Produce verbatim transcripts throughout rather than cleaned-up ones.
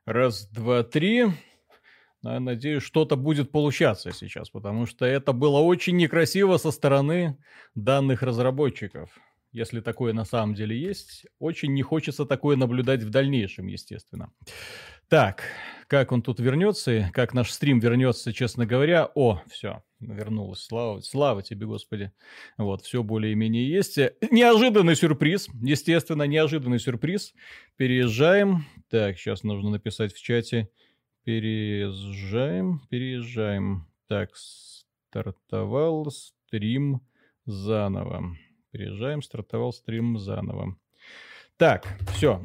Раз, два, три. Я надеюсь, что-то будет получаться сейчас, потому что это было очень некрасиво со стороны данных разработчиков. Если такое на самом деле есть, очень не хочется такое наблюдать в дальнейшем, естественно. Так, как он тут вернется, как наш стрим вернется, честно говоря. О, все, вернулось. Слава, слава тебе, Господи. Вот, все более-менее есть. Неожиданный сюрприз, естественно, неожиданный сюрприз. Переезжаем. Так, сейчас нужно написать в чате. Переезжаем, переезжаем. Так, стартовал стрим заново. Переезжаем, стартовал стрим заново. Так, все.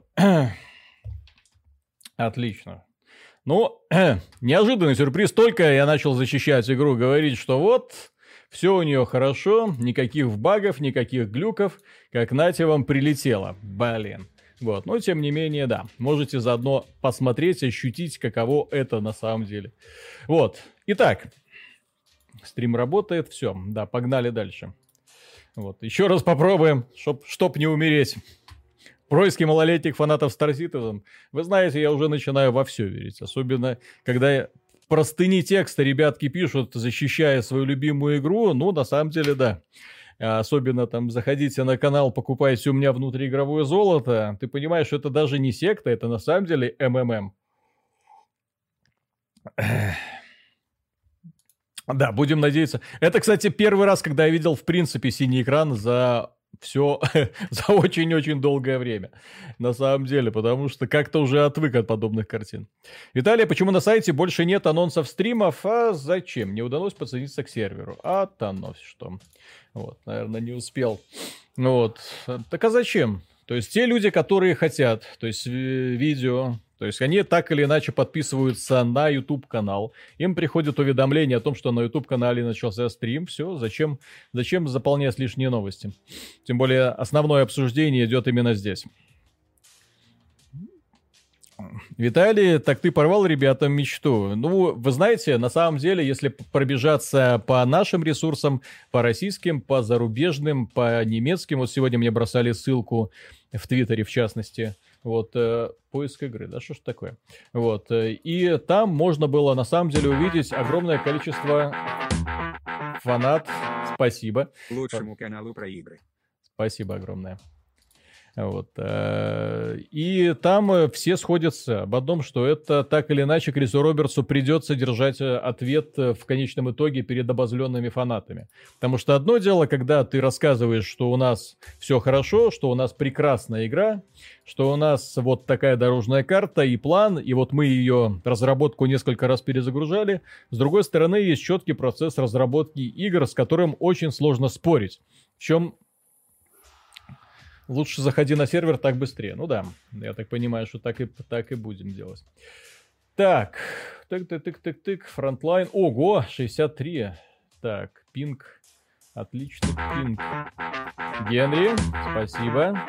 Отлично. Ну, неожиданный сюрприз. Только я начал защищать игру, говорить, что вот, все у нее хорошо, никаких багов, никаких глюков, как нате вам прилетело. Блин. Вот, но тем не менее, да, можете заодно посмотреть, ощутить, каково это на самом деле. Вот, итак, стрим работает, все, да, погнали дальше. Вот, еще раз попробуем, чтоб, чтоб не умереть. Происки малолетних фанатов Star Citizen. Вы знаете, я уже начинаю во все верить, особенно когда простыни текста ребятки пишут, защищая свою любимую игру, ну, на самом деле, да. Особенно там заходите на канал, покупайте у меня внутриигровое золото, ты понимаешь, что это даже не секта, это на самом деле эм эм эм. Да, будем надеяться. Это, кстати, первый раз, когда я видел, в принципе, синий экран за все, за очень-очень долгое время. На самом деле, потому что как-то уже отвык от подобных картин. Виталий, почему на сайте больше нет анонсов стримов? А зачем? Не удалось подсоединиться к серверу. А то что. Вот, наверное, не успел. Вот. Так а зачем? То есть те люди, которые хотят, то есть видео, то есть они так или иначе подписываются на YouTube-канал, им приходит уведомление о том, что на YouTube-канале начался стрим, все, зачем, зачем заполнять лишние новости? Тем более основное обсуждение идет именно здесь. Виталий, так ты порвал ребятам мечту. Ну, вы знаете, на самом деле, если пробежаться по нашим ресурсам, по российским, по зарубежным, по немецким, вот сегодня мне бросали ссылку в Твиттере, в частности, вот, э, поиск игры, да, что ж такое, вот, э, и там можно было, на самом деле, увидеть огромное количество фанат, спасибо. Лучшему каналу про игры. Спасибо огромное. Вот. И там все сходятся об одном, что это так или иначе Крису Робертсу придется держать ответ в конечном итоге перед обозленными фанатами. Потому что одно дело, когда ты рассказываешь, что у нас все хорошо, что у нас прекрасная игра, что у нас вот такая дорожная карта и план, и вот мы ее разработку несколько раз перезагружали. С другой стороны, есть четкий процесс разработки игр, с которым очень сложно спорить. В чем... Лучше заходи на сервер, так быстрее. Ну да, я так понимаю, что так и, так и будем делать. Так, тык-тык-тык-тык-тык, фронтлайн. Ого, шестьдесят три. Так, пинг. Отличный пинг. Генри, спасибо.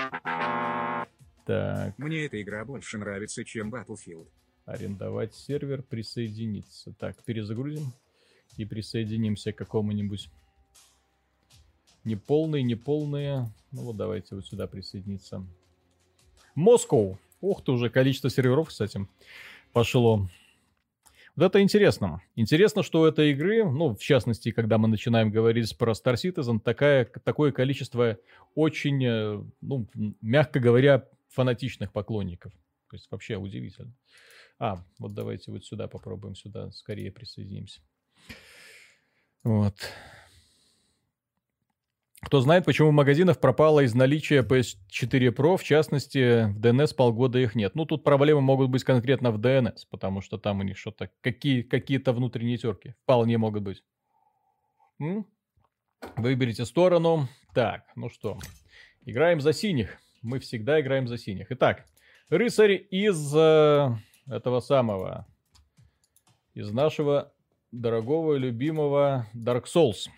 Так. Мне эта игра больше нравится, чем Battlefield. Арендовать сервер, присоединиться. Так, перезагрузим и присоединимся к какому-нибудь. Неполные, неполные. Ну вот давайте вот сюда присоединиться. Москва. Ух ты, уже количество серверов, кстати, пошло. Вот это интересно. Интересно, что у этой игры, ну, в частности, когда мы начинаем говорить про Star Citizen, такая, такое количество очень, ну, мягко говоря, фанатичных поклонников. То есть вообще удивительно. А, вот давайте вот сюда попробуем, сюда скорее присоединимся. Вот. Кто знает, почему в магазинах пропало из наличия пи эс четыре Pro, в частности, в ди эн эс полгода их нет. Ну, тут проблемы могут быть конкретно в ди эн эс, потому что там у них что-то, какие, какие-то внутренние терки вполне могут быть. М? Выберите сторону. Так, ну что, играем за синих. Мы всегда играем за синих. Итак, рыцарь из э, этого самого, из нашего дорогого, любимого Dark Souls.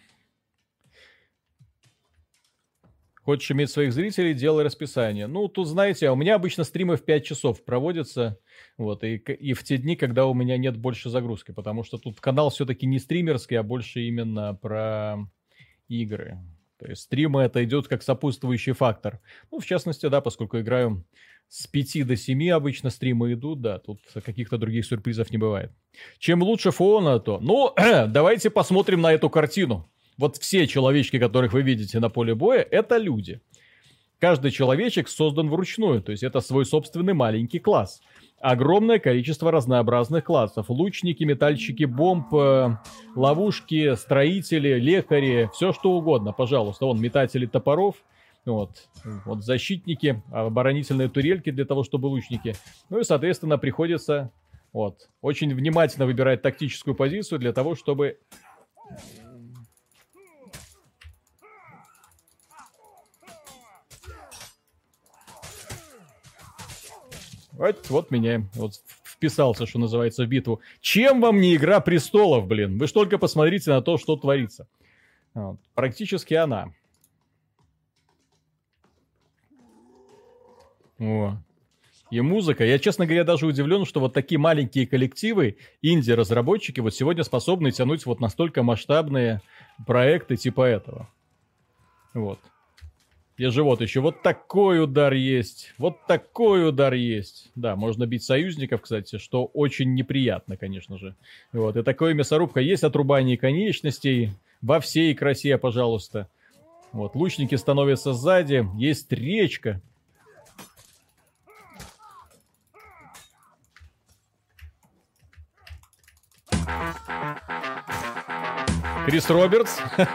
Хочешь иметь своих зрителей, делай расписание. Ну, тут, знаете, у меня обычно стримы в пять часов проводятся, вот, и, и в те дни, когда у меня нет больше загрузки, потому что тут канал все-таки не стримерский, а больше именно про игры. То есть стримы это идет как сопутствующий фактор. Ну, в частности, да, поскольку играю с пяти до семи обычно стримы идут, да, тут каких-то других сюрпризов не бывает. Чем лучше фона, то... Ну, давайте посмотрим на эту картину. Вот все человечки, которых вы видите на поле боя, это люди. Каждый человечек создан вручную, то есть это свой собственный маленький класс. Огромное количество разнообразных классов. Лучники, метальщики, бомб, э, ловушки, строители, лекари, все что угодно, пожалуйста. Вон, метатели топоров, вот, вот защитники, оборонительные турельки для того, чтобы лучники. Ну и, соответственно, приходится вот, очень внимательно выбирать тактическую позицию для того, чтобы... Вот, вот меня вот вписался, что называется, в битву. Чем вам не Игра престолов, блин? Вы ж только посмотрите на то, что творится. Вот. Практически она. О. И музыка. Я, честно говоря, даже удивлен, что вот такие маленькие коллективы, инди-разработчики, вот сегодня способны тянуть вот настолько масштабные проекты типа этого. Вот. Где же вот еще вот такой удар есть, вот такой удар есть. Да, можно бить союзников, кстати, что очень неприятно, конечно же. Вот, и такое мясорубка есть, отрубание конечностей во всей красе, пожалуйста. Вот, лучники становятся сзади, есть речка. Крис Робертс.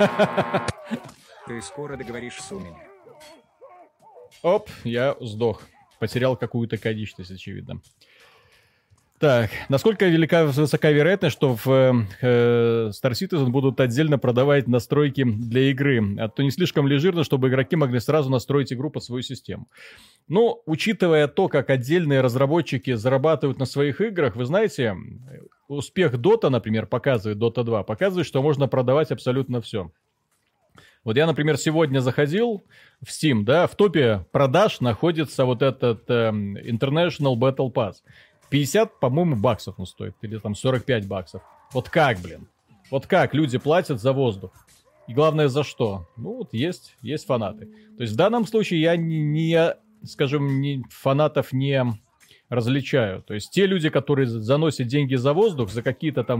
Ты скоро договоришься у меня. Оп, я сдох. Потерял какую-то конечность, очевидно. Так, насколько велика, высока вероятность, что в э, Star Citizen будут отдельно продавать настройки для игры? А то не слишком ли жирно, чтобы игроки могли сразу настроить игру под свою систему? Ну, учитывая то, как отдельные разработчики зарабатывают на своих играх, вы знаете, успех Dota, например, показывает, Dota два, показывает, что можно продавать абсолютно все. Вот я, например, сегодня заходил в Steam, да, в топе продаж находится вот этот э, International Battle Pass. пятьдесят, по-моему, баксов он стоит, или там сорок пять баксов. Вот как, блин? Вот как люди платят за воздух? И главное, за что? Ну, вот есть, есть фанаты. То есть в данном случае я не, не скажем, не, фанатов не различаю. То есть те люди, которые заносят деньги за воздух, за какие-то там...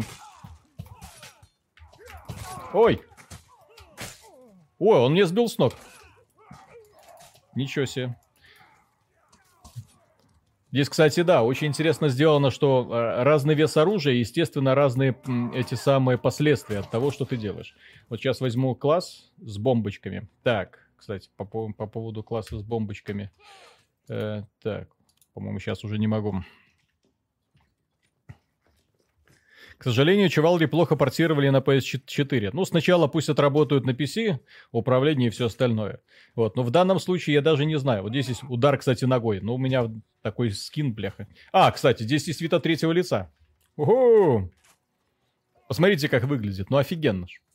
Ой! Ой, он мне сбил с ног. Ничего себе. Здесь, кстати, да, очень интересно сделано, что э, разный вес оружия, естественно, разные м, эти самые последствия от того, что ты делаешь. Вот сейчас возьму класс с бомбочками. Так, кстати, по, по, по поводу класса с бомбочками. Э, так, по-моему, сейчас уже не могу. К сожалению, Chivalry плохо портировали на пи эс четыре. Ну, сначала пусть отработают на пи си, управление и все остальное. Вот. Но в данном случае я даже не знаю. Вот здесь есть удар, кстати, ногой. Но у меня такой скин, бляха. А, кстати, здесь есть вид от третьего лица. Уху! Посмотрите, как выглядит. Ну, офигенно ж.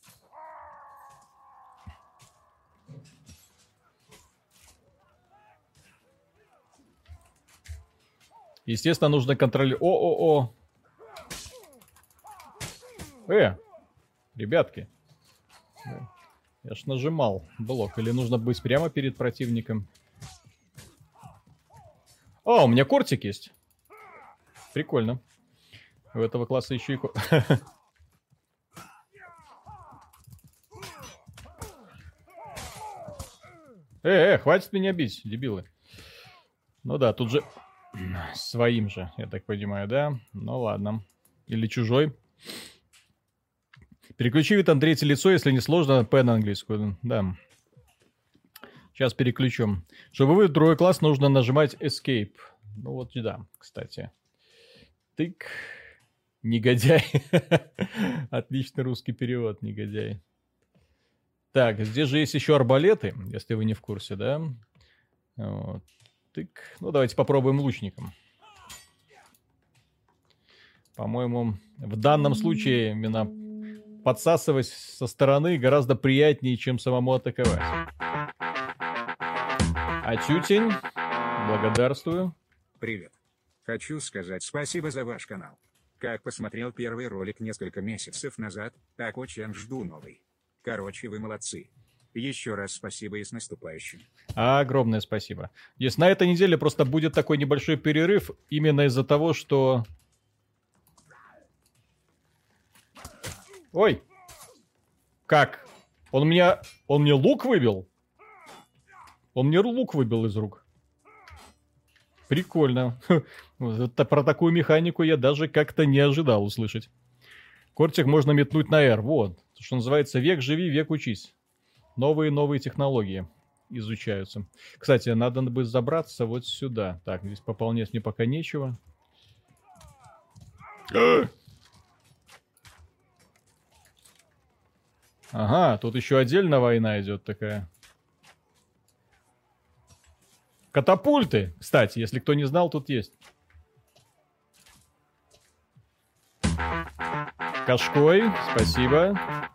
Естественно, нужно контролировать... О-о-о! Э, ребятки. Я ж нажимал блок. Или нужно быть прямо перед противником? О, у меня кортик есть. Прикольно. У этого класса еще и... Э, э, хватит меня бить, дебилы. Ну да, тут же... Своим же, я так понимаю, да? Ну ладно. Или чужой. Переключи вид на третье лицо, если не сложно, P на английскую. Да. Сейчас переключу. Чтобы выбрать другой класс, нужно нажимать Escape. Ну вот да, кстати. Тык. Негодяй. Отличный русский перевод, негодяй. Так, здесь же есть еще арбалеты, если вы не в курсе, да? Вот. Тык. Ну, давайте попробуем лучником. По-моему, в данном случае именно подсасывать со стороны гораздо приятнее, чем самому атаковать. А Тютень, благодарствую. Привет. Хочу сказать спасибо за ваш канал. Как посмотрел первый ролик несколько месяцев назад, так очень жду новый. Короче, вы молодцы. Еще раз спасибо и с наступающим. Огромное спасибо. Есть на этой неделе просто будет такой небольшой перерыв именно из-за того, что... Ой! Как? Он меня... Он мне лук выбил? Он мне лук выбил из рук. Прикольно. Это, про такую механику я даже как-то не ожидал услышать. Кортик можно метнуть на R. Вот. То, что называется «Век живи, век учись». Новые-новые технологии изучаются. Кстати, надо бы забраться вот сюда. Так, здесь пополнять мне пока нечего. Ага, тут еще отдельно война идет такая. Катапульты, кстати, если кто не знал, тут есть. Кашкой, спасибо.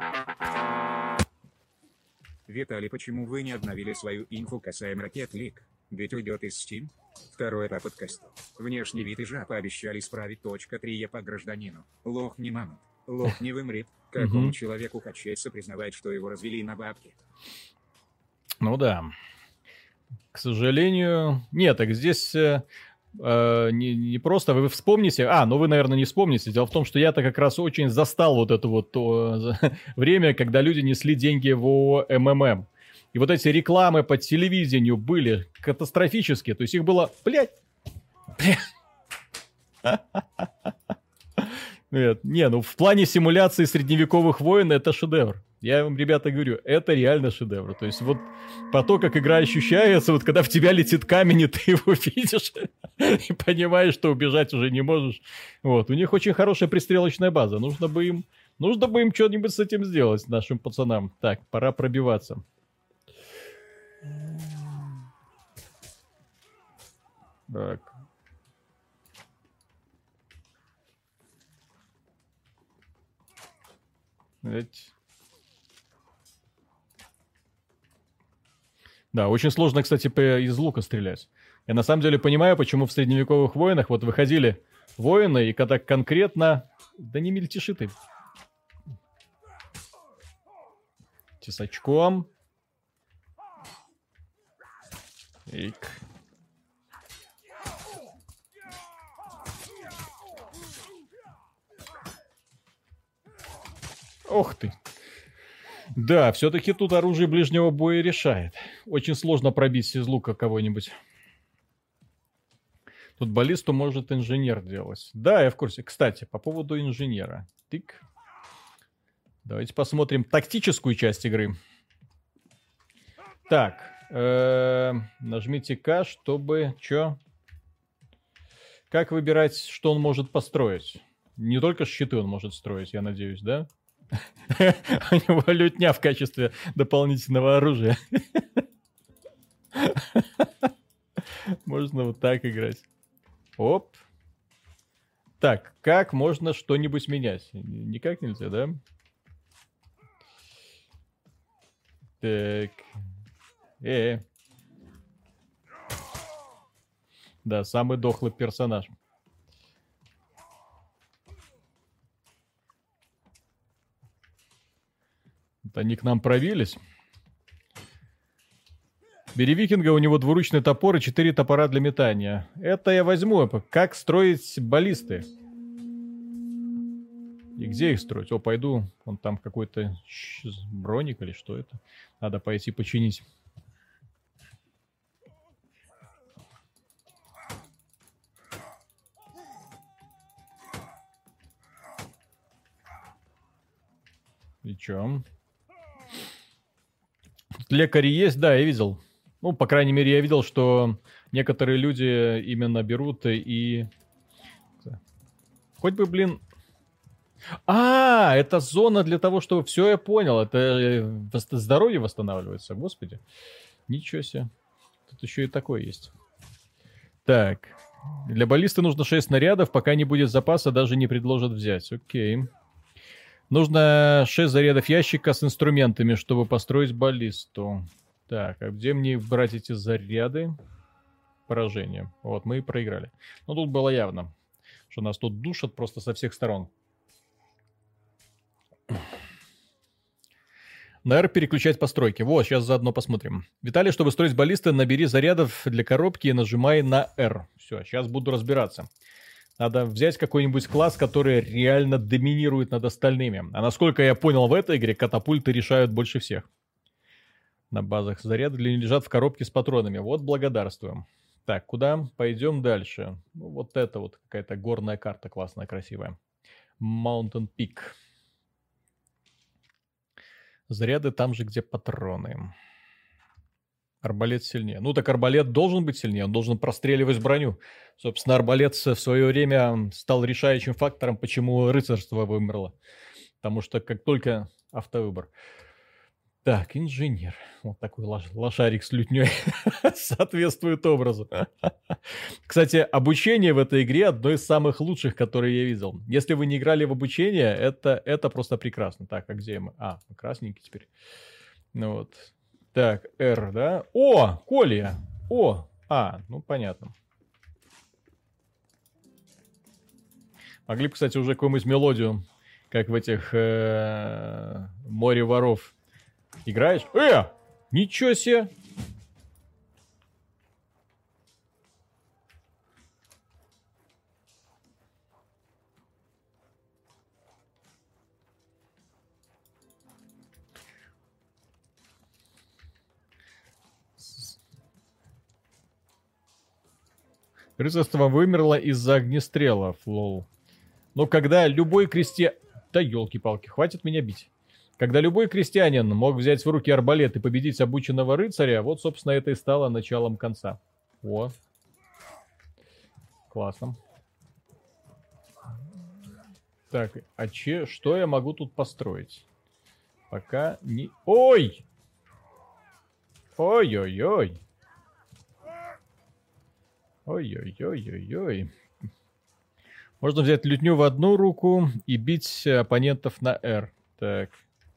Виталий, почему вы не обновили свою инфу касаемо Rocket League? Ведь уйдет из Steam. Второй по подкасту. Внешний вид и жопа обещали исправить. Точка три я по гражданину. Лох не мамонт. Лох не вымрет. Какому человеку хочется признавать, что его развели на бабки? Ну да. К сожалению... Нет, так здесь... Э, э, не, не просто вы вспомните... А, ну вы, наверное, не вспомните. Дело в том, что я-то как раз очень застал вот это вот то, время, когда люди несли деньги в МММ. И вот эти рекламы по телевидению были катастрофические. То есть их было... Блядь! Блядь! Нет, не, ну в плане симуляции средневековых войн это шедевр. Я вам, ребята, говорю, это реально шедевр. То есть вот по то, как игра ощущается, вот когда в тебя летит камень, и ты его видишь, и понимаешь, что убежать уже не можешь. Вот, у них очень хорошая пристрелочная база. Нужно бы им, нужно бы им что-нибудь с этим сделать, нашим пацанам. Так, пора пробиваться. Так. Ведь... Да, очень сложно, кстати, из лука стрелять. Я на самом деле понимаю, почему в средневековых войнах вот выходили воины, и когда конкретно... Да не мельтеши ты. Тесачком. Ик. Ох ты. Да, все-таки тут оружие ближнего боя решает. Очень сложно пробить из лука кого-нибудь. Тут баллисту может инженер делать. Да, я в курсе. Кстати, по поводу инженера. Тык. Давайте посмотрим тактическую часть игры. Так. Э-э- нажмите К, чтобы... Чё? Как выбирать, что он может построить? Не только щиты он может строить, я надеюсь, да? У него лютня в качестве дополнительного оружия. Можно вот так играть. Оп. Так, как можно что-нибудь менять? Никак нельзя, да? Так. Э. Да, самый дохлый персонаж. Вот они к нам пробились. Бери викинга, у него двуручный топор и четыре топора для метания. Это я возьму. Как строить баллисты? И где их строить? О, пойду. Вон там какой-то броник или что это? Надо пойти починить. И чё? Тут лекари есть? Да, я видел. Ну, по крайней мере, я видел, что некоторые люди именно берут и... Хоть бы, блин... А, это зона для того, чтобы... Все, я понял. Это здоровье восстанавливается. Господи. Ничего себе. Тут еще и такое есть. Так. Для баллисты нужно шесть снарядов. Пока не будет запаса, даже не предложат взять. Окей. Нужно шесть зарядов ящика с инструментами, чтобы построить баллисту. Так, а где мне брать эти заряды? Поражение. Вот, мы и проиграли. Но тут было явно, что нас тут душат просто со всех сторон. На R переключать постройки. Вот, сейчас заодно посмотрим. Виталий, чтобы строить баллисты, набери зарядов для коробки и нажимай на R. Все, сейчас буду разбираться. Надо взять какой-нибудь класс, который реально доминирует над остальными. А насколько я понял, в этой игре катапульты решают больше всех. На базах заряды для них лежат в коробке с патронами. Вот, благодарствуем. Так, куда? Пойдем дальше. Ну, вот это вот какая-то горная карта классная, красивая. Mountain Peak. Заряды там же, где патроны. Арбалет сильнее. Ну так арбалет должен быть сильнее, он должен простреливать броню. Собственно, арбалет в свое время стал решающим фактором, почему рыцарство вымерло. Потому что как только автовыбор. Так, инженер. Вот такой лош- лошарик с лютней соответствует образу. Кстати, обучение в этой игре одно из самых лучших, которые я видел. Если вы не играли в обучение, это, это просто прекрасно. Так, а где мы? А, красненький теперь. Ну вот. Так, R, да? О, Колия. О, а, ну понятно. Могли бы, кстати, уже какую-нибудь мелодию, как в этих э, «Море воров». Играешь? Э! Ничего себе! Рыцарство вымерло из-за огнестрелов, лол. Но когда любой крестьянин... Да елки-палки, хватит меня бить. Когда любой крестьянин мог взять в руки арбалет и победить обученного рыцаря, вот, собственно, это и стало началом конца. О. Классно. Так, а че, что я могу тут построить? Пока не... Ой! Ой-ой-ой. Ой-ой-ой-ой-ой. Можно взять лютню в одну руку и бить оппонентов на R. Так.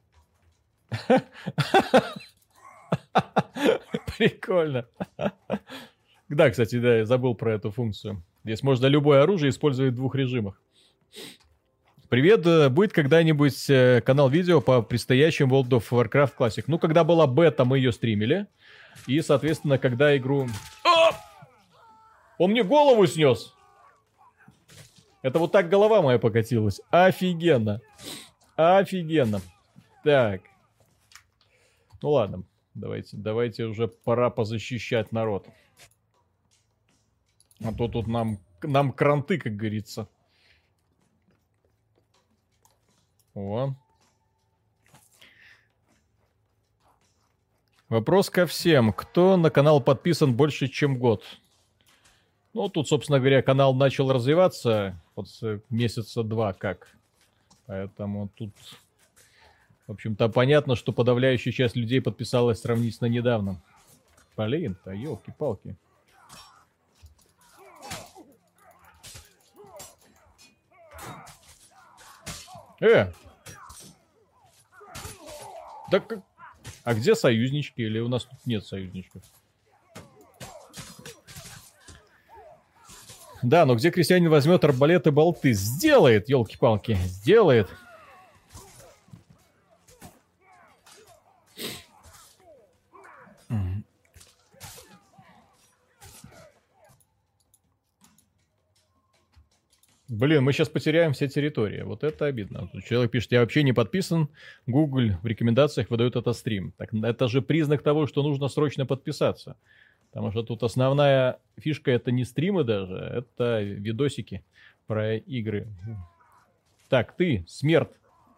Прикольно. Да, кстати, да, я забыл про эту функцию. Здесь можно любое оружие использовать в двух режимах. Привет, будет когда-нибудь канал видео по предстоящим World of Warcraft Classic? Ну, когда была бета, мы ее стримили. И, соответственно, когда игру... О! Он мне голову снес! Это вот так голова моя покатилась. Офигенно. Офигенно. Так. Ну ладно. Давайте, давайте уже пора позащищать народ. А то тут нам, нам кранты, как говорится. О. Вопрос ко всем. Кто на канал подписан больше, чем год? Ну, тут, собственно говоря, канал начал развиваться вот месяца два как. Поэтому тут, в общем-то, понятно, что подавляющая часть людей подписалась сравнительно недавно. Блин-то, елки-палки. Э! Да как... А где союзнички? Или у нас тут нет союзничков? Да, но где крестьянин возьмет арбалет и болты? Сделает, елки-палки, сделает. Блин, мы сейчас потеряем все территории. Вот это обидно. Тут человек пишет, я вообще не подписан. Google в рекомендациях выдает этот стрим. Так это же признак того, что нужно срочно подписаться. Потому что тут основная фишка это не стримы даже, это видосики про игры. Так, ты, смерть.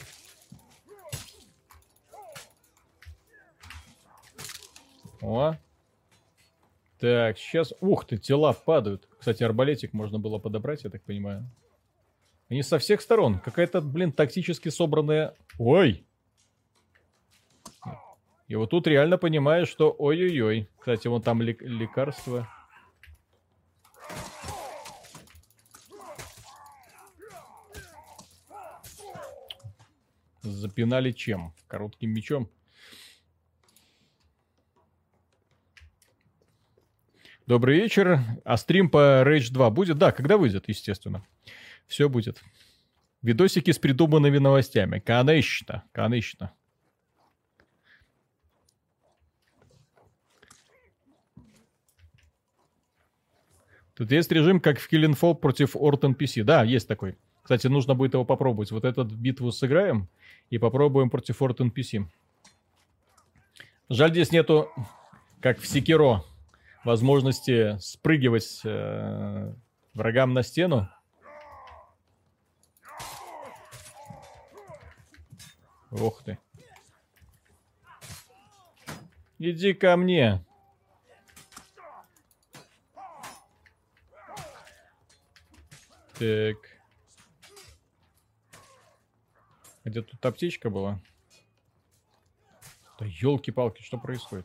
О. Так, сейчас... Ух ты, тела падают. Кстати, арбалетик можно было подобрать, я так понимаю. Они со всех сторон. Какая-то, блин, тактически собранная... Ой! И вот тут реально понимаешь, что ой-ой-ой. Кстати, вон там лек- лекарство. Запинали чем? Коротким мечом. Добрый вечер. А стрим по Rage два будет? Да, когда выйдет, естественно. Все будет. Видосики с придуманными новостями. Конечно, конечно. Тут есть режим, как в Killing Floor против Orton эн пи си. Да, есть такой. Кстати, нужно будет его попробовать. Вот эту битву сыграем и попробуем против Orton эн пи си. Жаль, здесь нету, как в Sekiro, возможности спрыгивать э, врагам на стену. Ох ты. Иди ко мне. Так. Где тут аптечка была? Да елки-палки, что происходит?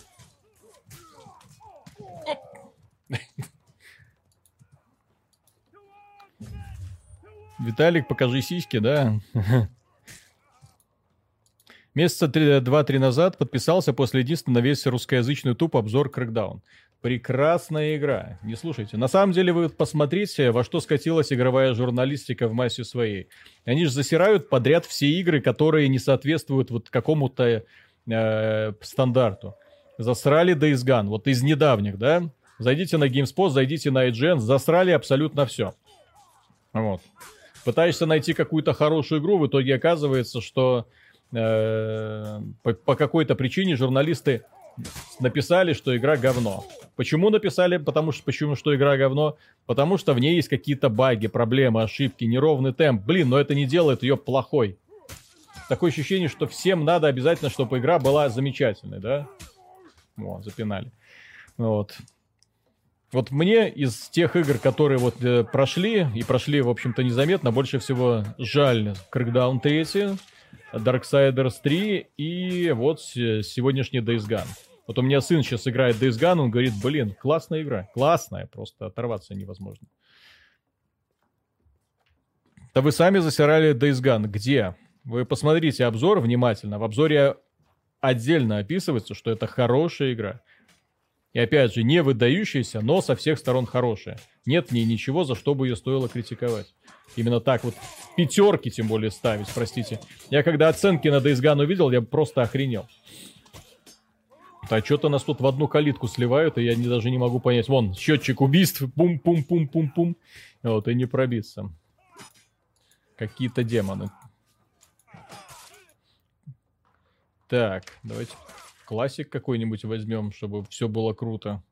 Виталик, покажи сиськи, да? Месяца два-три назад подписался после единственного на весь русскоязычный ютуб обзор Crackdown. Прекрасная игра. Не слушайте. На самом деле вы посмотрите, во что скатилась игровая журналистика в массе своей. Они же засирают подряд все игры, которые не соответствуют вот какому-то э, стандарту. Засрали Days Gone. Вот из недавних, да? Зайдите на GameSpot, зайдите на ай джи эн. Засрали абсолютно все. Вот. Пытаешься найти какую-то хорошую игру, в итоге оказывается, что э, по, по какой-то причине журналисты написали, что игра говно. Почему написали? Потому что, почему, что игра говно? Потому что в ней есть какие-то баги, проблемы, ошибки, неровный темп. Блин, но это не делает ее плохой. Такое ощущение, что всем надо обязательно, чтобы игра была замечательной, да? Вот, запинали. Вот. Вот мне из тех игр, которые вот э, прошли, и прошли, в общем-то, незаметно, больше всего жаль Crackdown три, Darksiders три и вот сегодняшний Days Gone. Вот у меня сын сейчас играет Days Gone, он говорит, блин, классная игра, классная, просто оторваться невозможно. Да вы сами засирали Days Gone. Где? Вы посмотрите обзор внимательно. В обзоре отдельно описывается, что это хорошая игра. И опять же, не выдающаяся, но со всех сторон хорошая. Нет в ней ничего, за что бы ее стоило критиковать. Именно так вот пятерки тем более ставить, простите. Я когда оценки на Days Gone увидел, я просто охренел. А что-то нас тут в одну калитку сливают, и я не, даже не могу понять. Вон, счетчик убийств, пум-пум-пум-пум-пум. Вот, и не пробиться. Какие-то демоны. Так, давайте классик какой-нибудь возьмем, чтобы все было круто.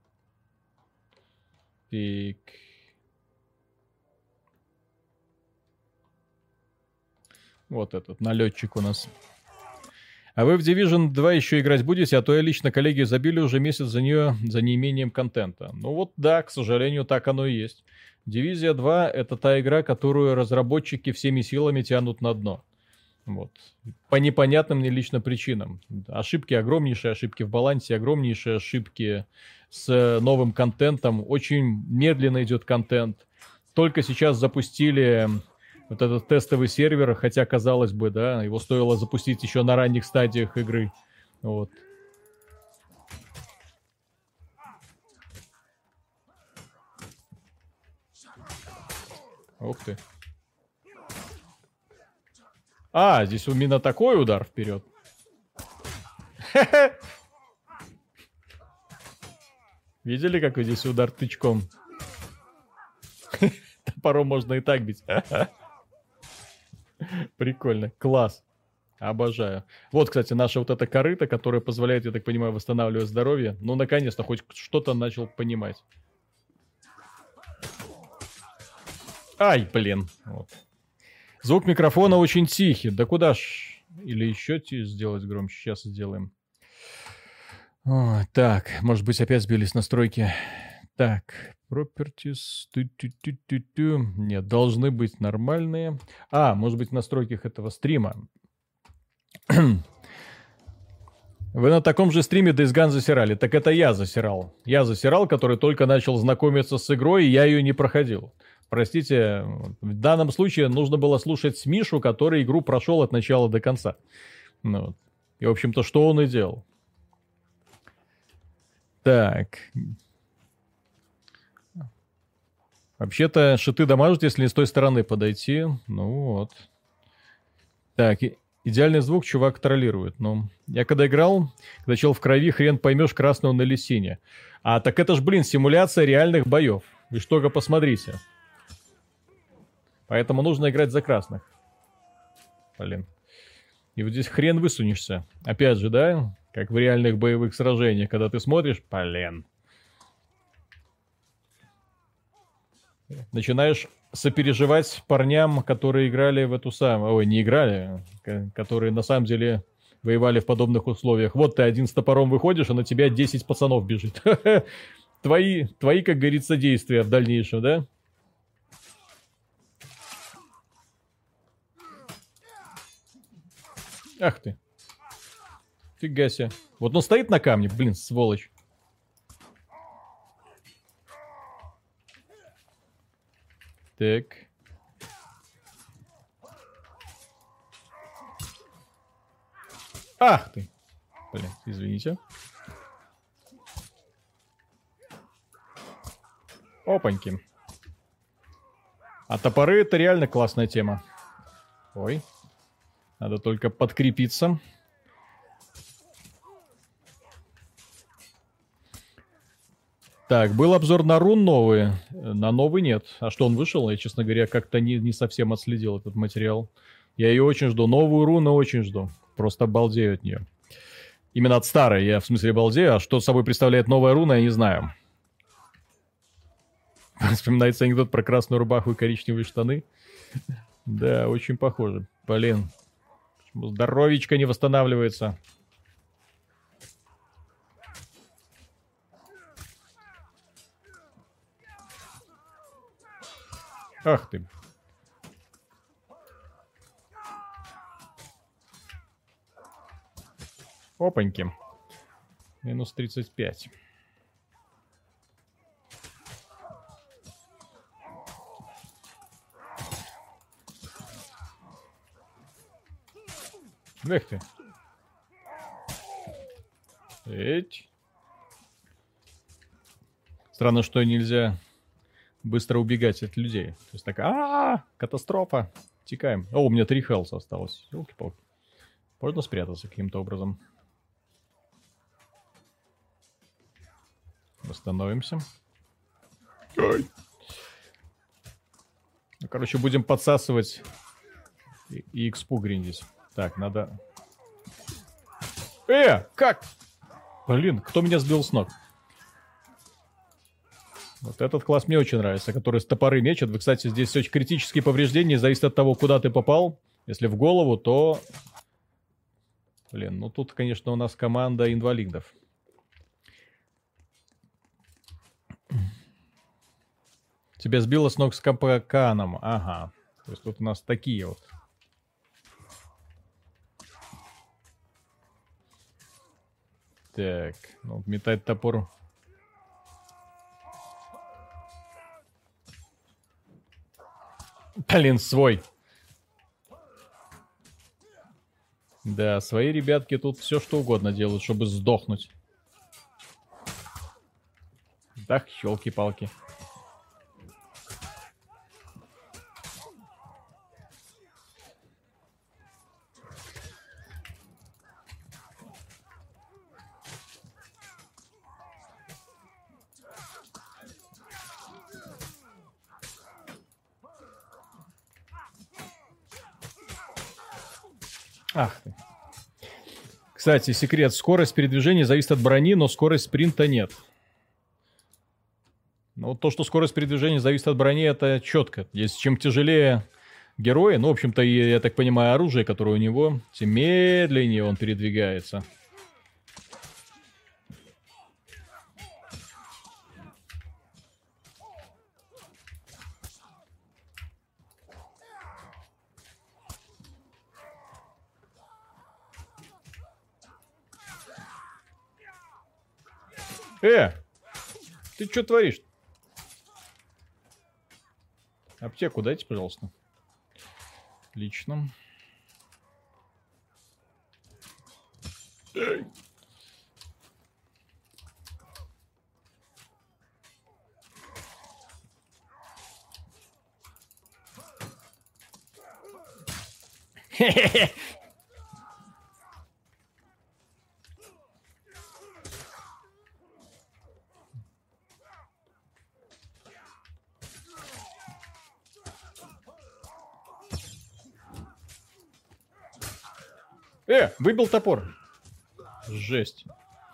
Так. Вот этот налетчик у нас. А вы в Division два еще играть будете? А то я лично коллеги забили уже месяц за нее, за неимением контента. Ну вот да, к сожалению, так оно и есть. Дивизия два — это та игра, которую разработчики всеми силами тянут на дно. Вот. По непонятным мне лично причинам. Ошибки огромнейшие, ошибки в балансе, огромнейшие ошибки с новым контентом. Очень медленно идет контент. Только сейчас запустили вот этот тестовый сервер, хотя, казалось бы, да, его стоило запустить еще на ранних стадиях игры. Вот. Ух ты. А, здесь именно такой удар вперед. Видели, какой здесь удар тычком? Топором можно и так бить. Прикольно. Класс. Обожаю. Вот, кстати, наша вот эта корыта, которая позволяет, я так понимаю, восстанавливать здоровье. Ну, наконец-то, хоть что-то начал понимать. Ай, блин. Вот. Звук микрофона очень тихий. Да куда ж? Или еще сделать громче? Сейчас сделаем. О, так, может быть, опять сбились настройки. Так, properties. Ту-ту-ту-ту-ту. Нет, должны быть нормальные. А, может быть, в настройках этого стрима. Вы на таком же стриме Days Gone засирали. Так это я засирал. Я засирал, который только начал знакомиться с игрой, и я ее не проходил. Простите, в данном случае нужно было слушать Мишу, который игру прошел от начала до конца. Ну, вот. И, в общем-то, что он и делал. Так. Вообще-то шиты дамажат, если не с той стороны подойти. Ну вот. Так, идеальный звук чувак троллирует. Ну, я когда играл, когда чел в крови, хрен поймешь, красный он или синий. А так это ж, блин, симуляция реальных боев. Вы ж только посмотрите. Поэтому нужно играть за красных. Блин. И вот здесь хрен высунешься. Опять же, да? Как в реальных боевых сражениях, когда ты смотришь, блин. Начинаешь сопереживать парням, которые играли в эту самую... Ой, не играли, которые на самом деле воевали в подобных условиях. Вот ты один с топором выходишь, а на тебя десять пацанов бежит. Твои, твои, как говорится, действия в дальнейшем, да? Ах ты. Фига себе. Вот он стоит на камне, блин, сволочь. Так. Ах ты. Блин, извините. Опаньки. А топоры — это реально классная тема. Ой. Надо только подкрепиться. Так, был обзор на рун новые. На новый нет. А что, он вышел? Я, честно говоря, как-то не, не совсем отследил этот материал. Я ее очень жду. Новую руну очень жду. Просто обалдею от нее. Именно от старой. Я в смысле балдею. А что собой представляет новая руна, я не знаю. Вспоминается анекдот про красную рубаху и коричневые штаны. Да, очень похоже. Блин. Здоровичка не восстанавливается. Ах ты. Опаньки. Минус тридцать пять. Эх ты. Эть. Странно, что нельзя быстро убегать от людей. То есть такая, а, катастрофа. Текаем. О, у меня три хелса осталось. Ёлки-палки. Можно спрятаться каким-то образом. Восстановимся. Ой. Ну, короче, будем подсасывать и, и экспу гриндить. Так, надо... Э, как? Блин, кто меня сбил с ног? Вот этот класс мне очень нравится, который с топоры мечет. Вы, кстати, здесь очень критические повреждения. Зависит от того, куда ты попал. Если в голову, то... Блин, ну тут, конечно, у нас команда инвалидов. Тебя сбило с ног с капканом. Ага. То есть тут у нас такие вот. Так, ну, метать топор. Блин, свой. Да, свои ребятки тут все что угодно делают, чтобы сдохнуть. Так, щелки-палки. Ах ты. Кстати, секрет. Скорость передвижения зависит от брони, но скорость спринта нет. Ну, вот то, что скорость передвижения зависит от брони, это четко. Если чем тяжелее герой, ну, в общем-то, и, я так понимаю, оружие, которое у него, тем медленнее он передвигается. Э! Ты что творишь? Аптеку дайте, пожалуйста. Отлично. Хе-хе-хе. Э, выбил топор. Жесть.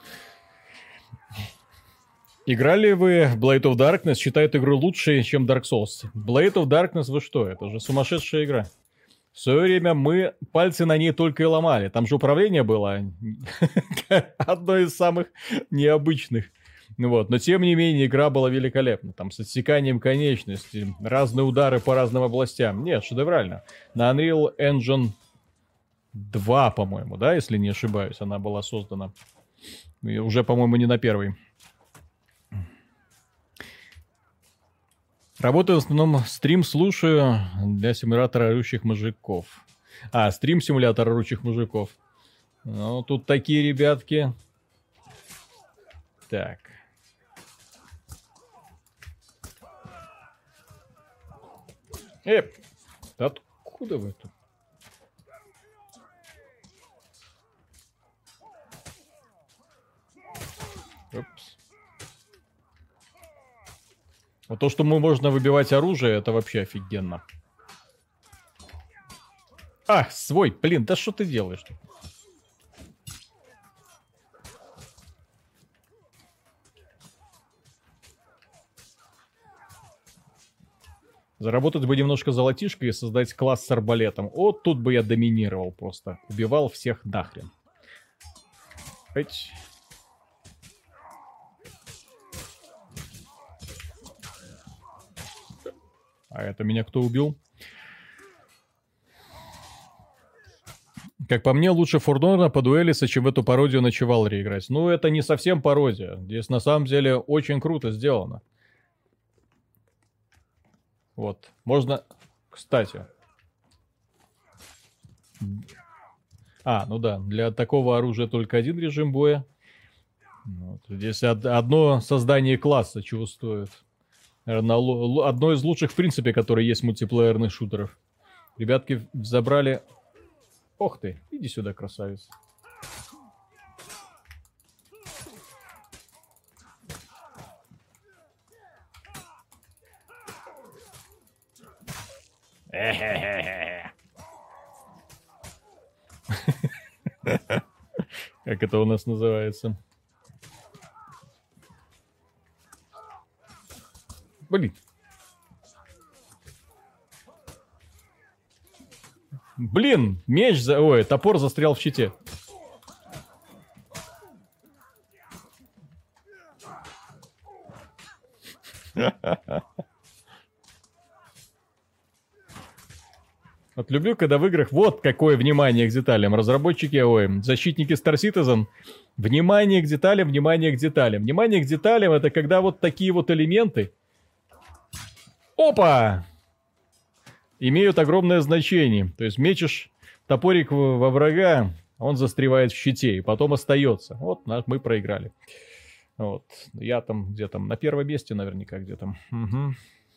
Играли вы в Blade of Darkness? Считают игру лучше, чем Dark Souls. Blade of Darkness, вы что? Это же сумасшедшая игра. В свое время мы пальцы на ней только и ломали. Там же управление было одно из самых необычных. Вот. Но тем не менее игра была великолепна. Там с отсеканием конечностей, разные удары по разным областям. Нет, шедеврально. На Unreal Engine два, по-моему, да, если не ошибаюсь, она была создана. И уже, по-моему, не на первой. Работаю в основном, стрим слушаю для симулятора орущих мужиков. А, стрим-симулятор орущих мужиков. Ну, тут такие ребятки. Так. Э, откуда вы тут? Упс. Вот то, что мы можно выбивать оружие, это вообще офигенно. А, свой, блин, да что ты делаешь? Заработать бы немножко золотишко и создать класс с арбалетом. Вот тут бы я доминировал просто. Убивал всех нахрен. Эть. А это меня кто убил? Как по мне, лучше Фурдона по дуэлиса, чем в эту пародию на Чевалри играть. Ну, это не совсем пародия. Здесь на самом деле очень круто сделано. Вот. Можно... Кстати. А, ну да. Для такого оружия только один режим боя. Вот. Здесь одно создание класса чего стоит. Наверное, одно из лучших, в принципе, которые есть в мультиплеерных шутеров. Ребятки забрали... Ох ты, иди сюда, красавец. Как это у нас называется? Блин. Блин, меч, за... ой, топор застрял в щите. Вот люблю, когда в играх вот какое внимание к деталям. Разработчики, ой, защитники Star Citizen. Внимание к деталям, внимание к деталям. Внимание к деталям — это когда вот такие вот элементы... Опа! Имеют огромное значение. То есть мечешь топорик во врага, он застревает в щите и потом остается. Вот мы проиграли. Вот. Я там где там на первом месте наверняка где там. Угу.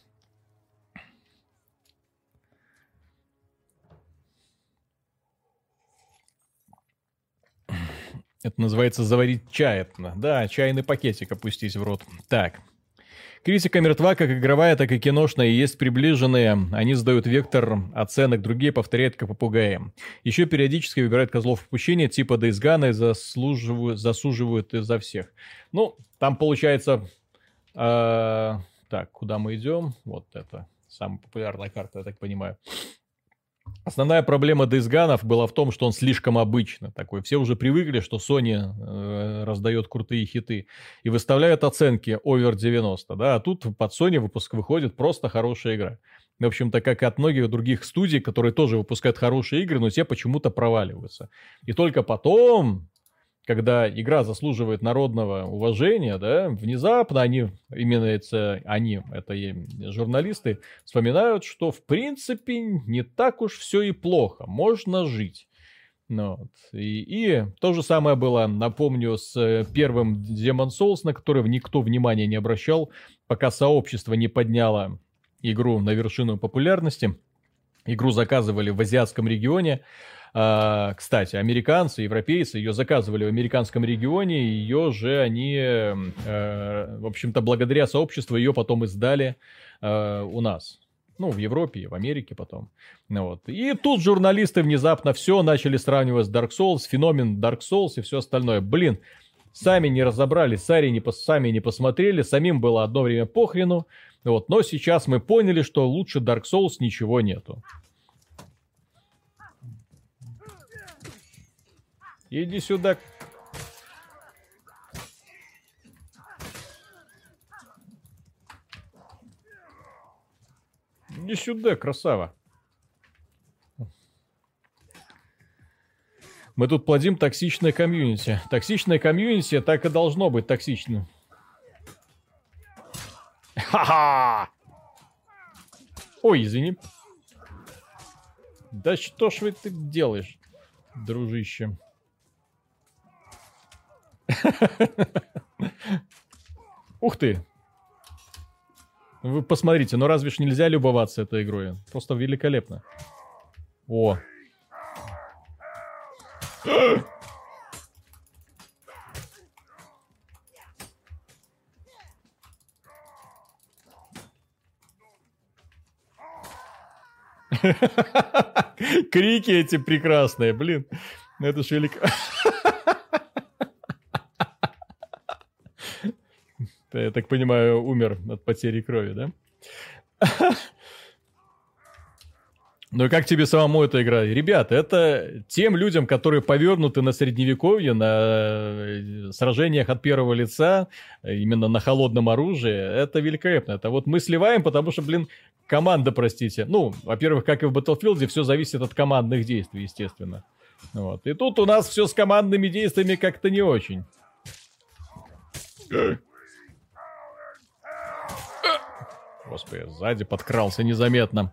Это называется заварить чай. Да, чайный пакетик опустить в рот. Так. Критика мертва, как игровая, так и киношная, и есть приближенные. Они задают вектор оценок, другие повторяют как попугаи. Еще периодически выбирают козлов отпущения, типа Days Gone, и заслуживают, засуживают изо всех. Ну, там получается... Э, так, куда мы идем? Вот это самая популярная карта, я так понимаю. Основная проблема Days Gone была в том, что он слишком обычный такой. Все уже привыкли, что Sony э, раздает крутые хиты и выставляют оценки овер девяносто, да, а тут под Sony выпуск выходит просто хорошая игра. В общем-то, как и от многих других студий, которые тоже выпускают хорошие игры, но те почему-то проваливаются. И только потом, когда игра заслуживает народного уважения, да, внезапно они, именно это, они, это журналисты, вспоминают, что в принципе не так уж все и плохо, можно жить. Ну, вот. и, и то же самое было, напомню, с первым Demon's Souls, на который никто внимания не обращал, пока сообщество не подняло игру на вершину популярности. Игру заказывали в азиатском регионе. Uh, кстати, американцы, европейцы ее заказывали в американском регионе, и ее же они, uh, в общем-то, благодаря сообществу ее потом издали uh, у нас. Ну, в Европе и в Америке потом. Ну, вот. И тут журналисты внезапно все начали сравнивать с Dark Souls, феномен Dark Souls и все остальное. Блин, сами не разобрали, сами не, пос, сами не посмотрели, самим было одно время похрену. Вот. Но сейчас мы поняли, что лучше Dark Souls ничего нету. Иди сюда. Иди сюда, красава. Мы тут плодим токсичное комьюнити. Токсичное комьюнити так и должно быть токсичным. Ха-ха! Ой, извини. Да что ж вы ты делаешь, дружище? Ух ты! Вы посмотрите, ну разве ж нельзя любоваться этой игрой? Просто великолепно. О! Крики эти прекрасные, блин. Это ж велико... Я так понимаю, умер от потери крови, да? Ну и как тебе самому эта игра? Ребята, это тем людям, которые повернуты на средневековье, на сражениях от первого лица, именно на холодном оружии, это великолепно. Это вот мы сливаем, потому что, блин, команда, простите. Ну, во-первых, как и в Battlefield, все зависит от командных действий, естественно. Вот. И тут у нас все с командными действиями как-то не очень. Господи, сзади подкрался незаметно.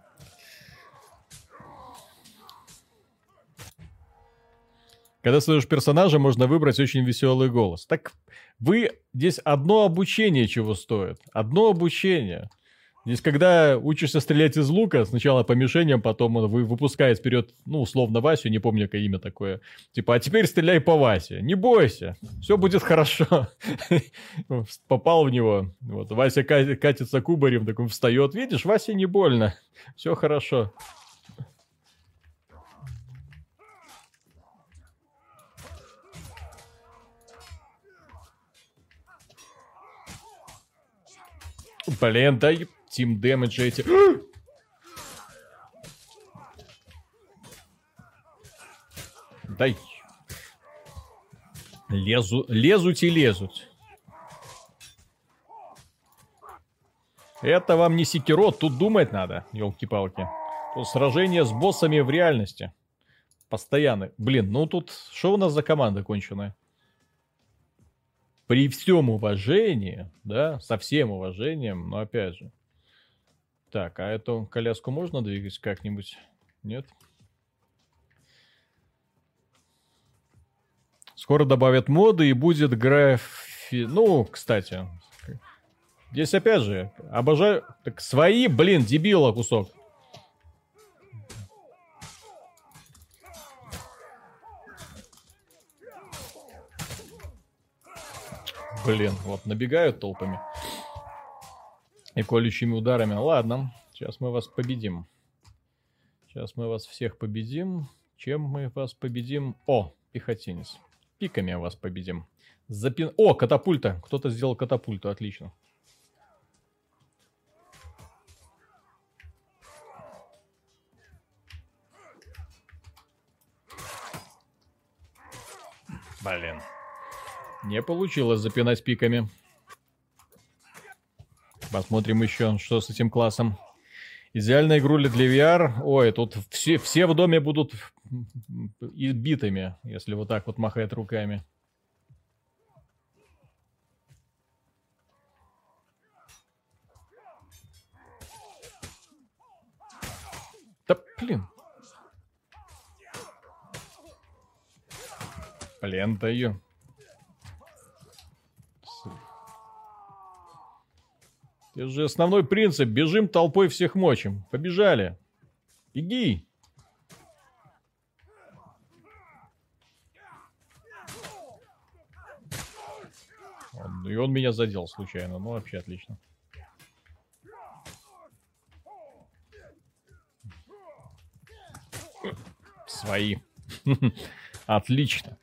Когда создаешь персонажа, можно выбрать очень веселый голос. Так вы... Здесь одно обучение чего стоит. Одно обучение. Здесь, когда учишься стрелять из лука, сначала по мишеням, потом он вы выпускает вперед, ну, условно, Васю, не помню, какое имя такое. Типа, а теперь стреляй по Васе. Не бойся, все будет хорошо. Попал в него. Вот, Вася катится кубарем, так он встает. Видишь, Васе не больно. Все хорошо. Блин, дай тим дэмэджа эти... Дай. Лезу, лезут и лезут. Это вам не Секиро, тут думать надо, елки-палки. Тут сражение с боссами в реальности. Постоянно. Блин, ну тут что у нас за команда конченая? При всем уважении, да, со всем уважением, но опять же. Так, а эту коляску можно двигать как-нибудь? Нет? Скоро добавят моды и будет графи... Ну, кстати. Здесь опять же, обожаю... Так свои, блин, дебила кусок. Блин, вот, набегают толпами. И колющими ударами. Ладно, сейчас мы вас победим. Сейчас мы вас всех победим. Чем мы вас победим? О, пехотинец. Пиками вас победим. Запин... О, катапульта. Кто-то сделал катапульту, отлично. Блин. Не получилось запинать пиками. Посмотрим еще, что с этим классом. Идеальная игруля для ви ар. Ой, тут все, все в доме будут избитыми, если вот так вот махает руками. Да блин. Блин, да ее. Это же основной принцип. Бежим толпой, всех мочим. Побежали. Беги. Он, и он меня задел случайно. Ну, вообще отлично. Свои. Отлично.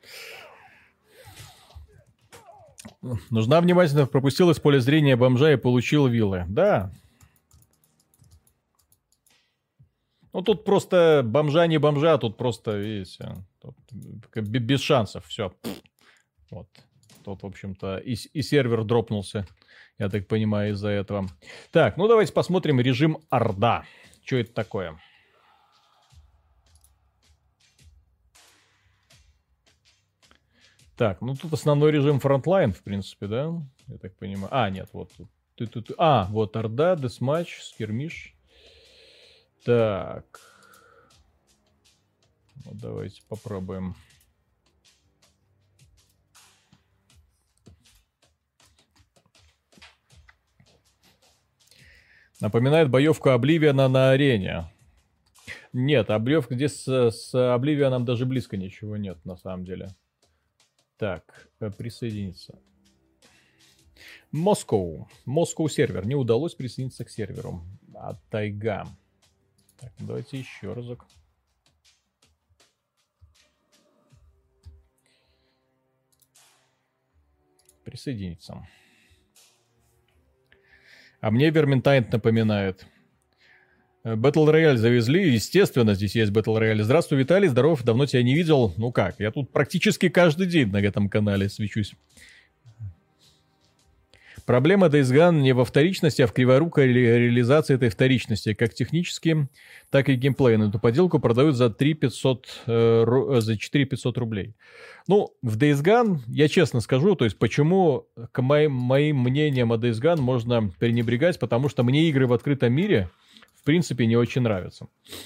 Нужна внимательность. Пропустил из поля зрения бомжа и получил виллы. Да. Ну, тут просто бомжа не бомжа, тут просто, видите, тут без шансов, все. Вот. Тут, в общем-то, и, и сервер дропнулся, я так понимаю, из-за этого. Так, ну давайте посмотрим режим Орда. Что это такое? Так, ну тут основной режим Frontline, в принципе, да? Я так понимаю. А, нет, вот тут. тут, тут. А, вот Орда, Десматч, Скирмиш. Так. Вот давайте попробуем. Напоминает боевку Обливиона на арене. Нет, Обливка здесь с, с Обливионом даже близко ничего нет, на самом деле. Так, присоединиться. Москоу. Москоу сервер. Не удалось присоединиться к серверу. А тайга. Так, давайте еще разок. Присоединиться. А мне Верминтайнд напоминает. Battle Royale завезли. Естественно, здесь есть Battle Royale. Здравствуй, Виталий. Здоров. Давно тебя не видел. Ну как? Я тут практически каждый день на этом канале свечусь. Проблема Days Gone не во вторичности, а в криворукой ре- реализации этой вторичности, как технически, так и геймплейно. Эту поделку продают за три тысячи пятьсот, э, ру, за четыре тысячи пятьсот рублей. Ну, в Days Gone, я честно скажу, то есть почему к моим, моим мнениям о Days Gone можно пренебрегать, потому что мне игры в открытом мире, в принципе, не очень нравятся.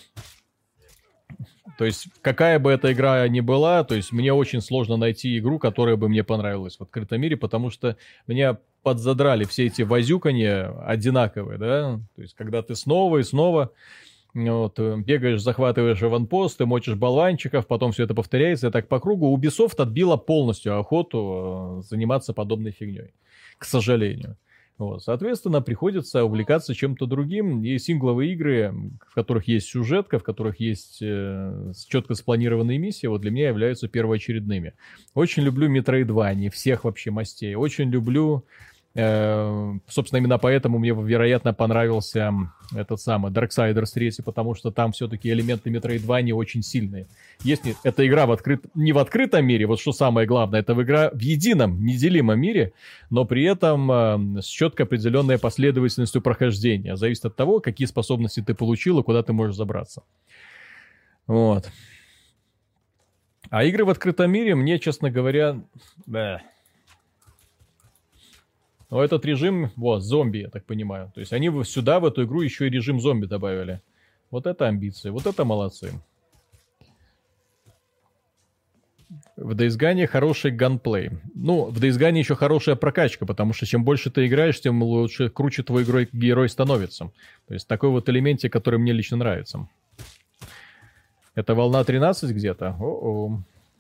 То есть, какая бы эта игра ни была, то есть, мне очень сложно найти игру, которая бы мне понравилась в открытом мире, потому что меня подзадрали все эти возюканья одинаковые, да, то есть, когда ты снова и снова вот, бегаешь, захватываешь аванпост, ты мочишь болванчиков, потом все это повторяется, и так по кругу. Ubisoft отбила полностью охоту заниматься подобной фигней, к сожалению. Вот, соответственно, приходится увлекаться чем-то другим. И сингловые игры, в которых есть сюжетка, в которых есть э, четко спланированные миссии, вот для меня являются первоочередными. Очень люблю Metroidvania, всех вообще мастей. Очень люблю, э, собственно, именно поэтому мне, вероятно, понравился этот самый Darksiders три, потому что там все-таки элементы Metroidvania очень сильные. Если эта игра в открыт... не в открытом мире, вот что самое главное, это в игра в едином, неделимом мире, но при этом э, с четко определенной последовательностью прохождения. Зависит от того, какие способности ты получил и куда ты можешь забраться. Вот. А игры в открытом мире мне, честно говоря... Да. Но этот режим, вот, зомби, я так понимаю. То есть они сюда, в эту игру, еще и режим зомби добавили. Вот это амбиции, вот это молодцы. В Days Gone хороший ганплей. Ну, в Days Gone еще хорошая прокачка, потому что чем больше ты играешь, тем лучше, круче твой герой, герой становится. То есть такой вот элементик, который мне лично нравится. Это волна тринадцать где-то? О-о.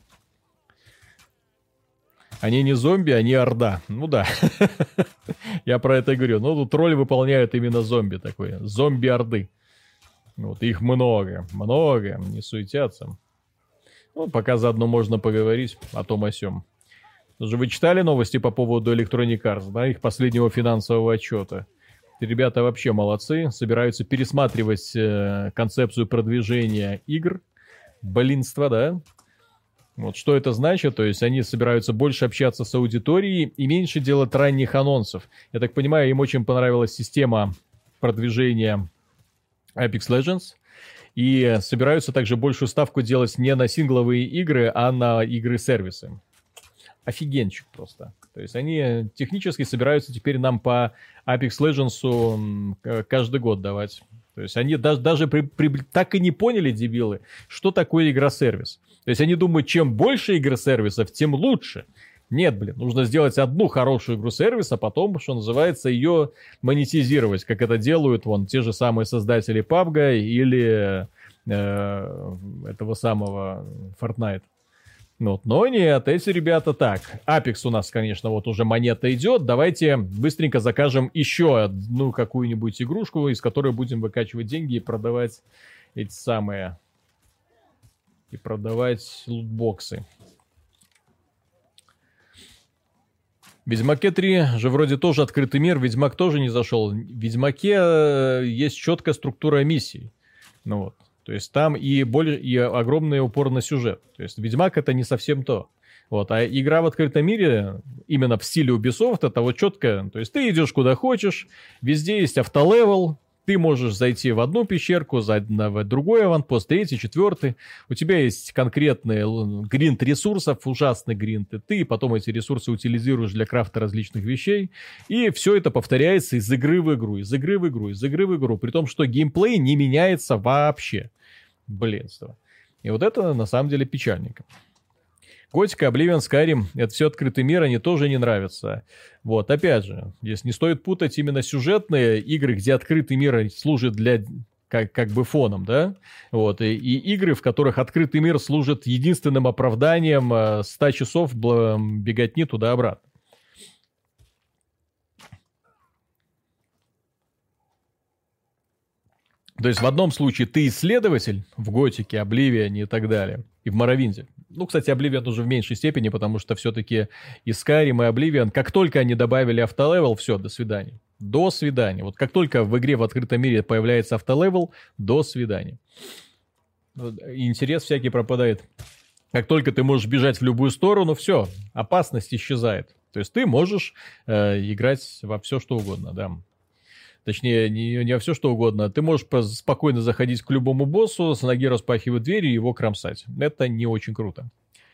Они не зомби, они орда. Ну да. Я про это и говорю. Ну, тут роль выполняют именно зомби такой. Зомби-орды. Вот их много. Много. Не суетятся. Ну, пока заодно можно поговорить о том о сём. Тоже вы читали новости по поводу Electronic Arts, да, их последнего финансового отчета? Ребята вообще молодцы. Собираются пересматривать э, концепцию продвижения игр. Блинство, да? Вот что это значит? То есть они собираются больше общаться с аудиторией и меньше делать ранних анонсов. Я так понимаю, им очень понравилась система продвижения Apex Legends. И собираются также большую ставку делать не на сингловые игры, а на игры-сервисы. Офигенчик просто. То есть они технически собираются теперь нам по Apex Legends каждый год давать. То есть они даже, даже при, при, так и не поняли, дебилы, что такое игра-сервис. То есть они думают, чем больше игр-сервисов, тем лучше. Нет, блин, нужно сделать одну хорошую игру-сервис, а потом, что называется, ее монетизировать, как это делают вон те же самые создатели пабг или э, этого самого Fortnite. Вот. Но нет, эти ребята так. Apex у нас, конечно, вот уже монета идет. Давайте быстренько закажем еще одну какую-нибудь игрушку, из которой будем выкачивать деньги и продавать эти самые и продавать лутбоксы. В Ведьмаке три же вроде тоже открытый мир, Ведьмак тоже не зашел. В Ведьмаке есть четкая структура миссий. Ну вот. То есть там и, более, и огромный упор на сюжет. То есть Ведьмак это не совсем то. Вот. А игра в открытом мире, именно в стиле Ubisoft, это вот четко. То есть ты идешь куда хочешь, везде есть автолевел. Ты можешь зайти в одну пещерку, в другой аванпост, третий, четвертый. У тебя есть конкретный гринд ресурсов, ужасный гринд. И ты потом эти ресурсы утилизируешь для крафта различных вещей. И все это повторяется из игры в игру, из игры в игру, из игры в игру. При том, что геймплей не меняется вообще. Блинство. И вот это на самом деле печальненько. Готика, Обливион, Skyrim, это все открытый мир, они тоже не нравятся. Вот, опять же, здесь не стоит путать именно сюжетные игры, где открытый мир служит для, как, как бы фоном, да? Вот, и, и игры, в которых открытый мир служит единственным оправданием ста часов беготни туда-обратно. То есть в одном случае ты исследователь в Готике, Обливионе и так далее, и в Моровинде. Ну, кстати, Обливион уже в меньшей степени, потому что все-таки и Skyrim, и Обливион, как только они добавили автолевел, все, до свидания. До свидания. Вот как только в игре в открытом мире появляется автолевел, до свидания. Интерес всякий пропадает. Как только ты можешь бежать в любую сторону, все, опасность исчезает. То есть ты можешь э, играть во все, что угодно, да. Точнее, не, не во все, что угодно. Ты можешь спокойно заходить к любому боссу, с ноги распахивать двери и его кромсать. Это не очень круто.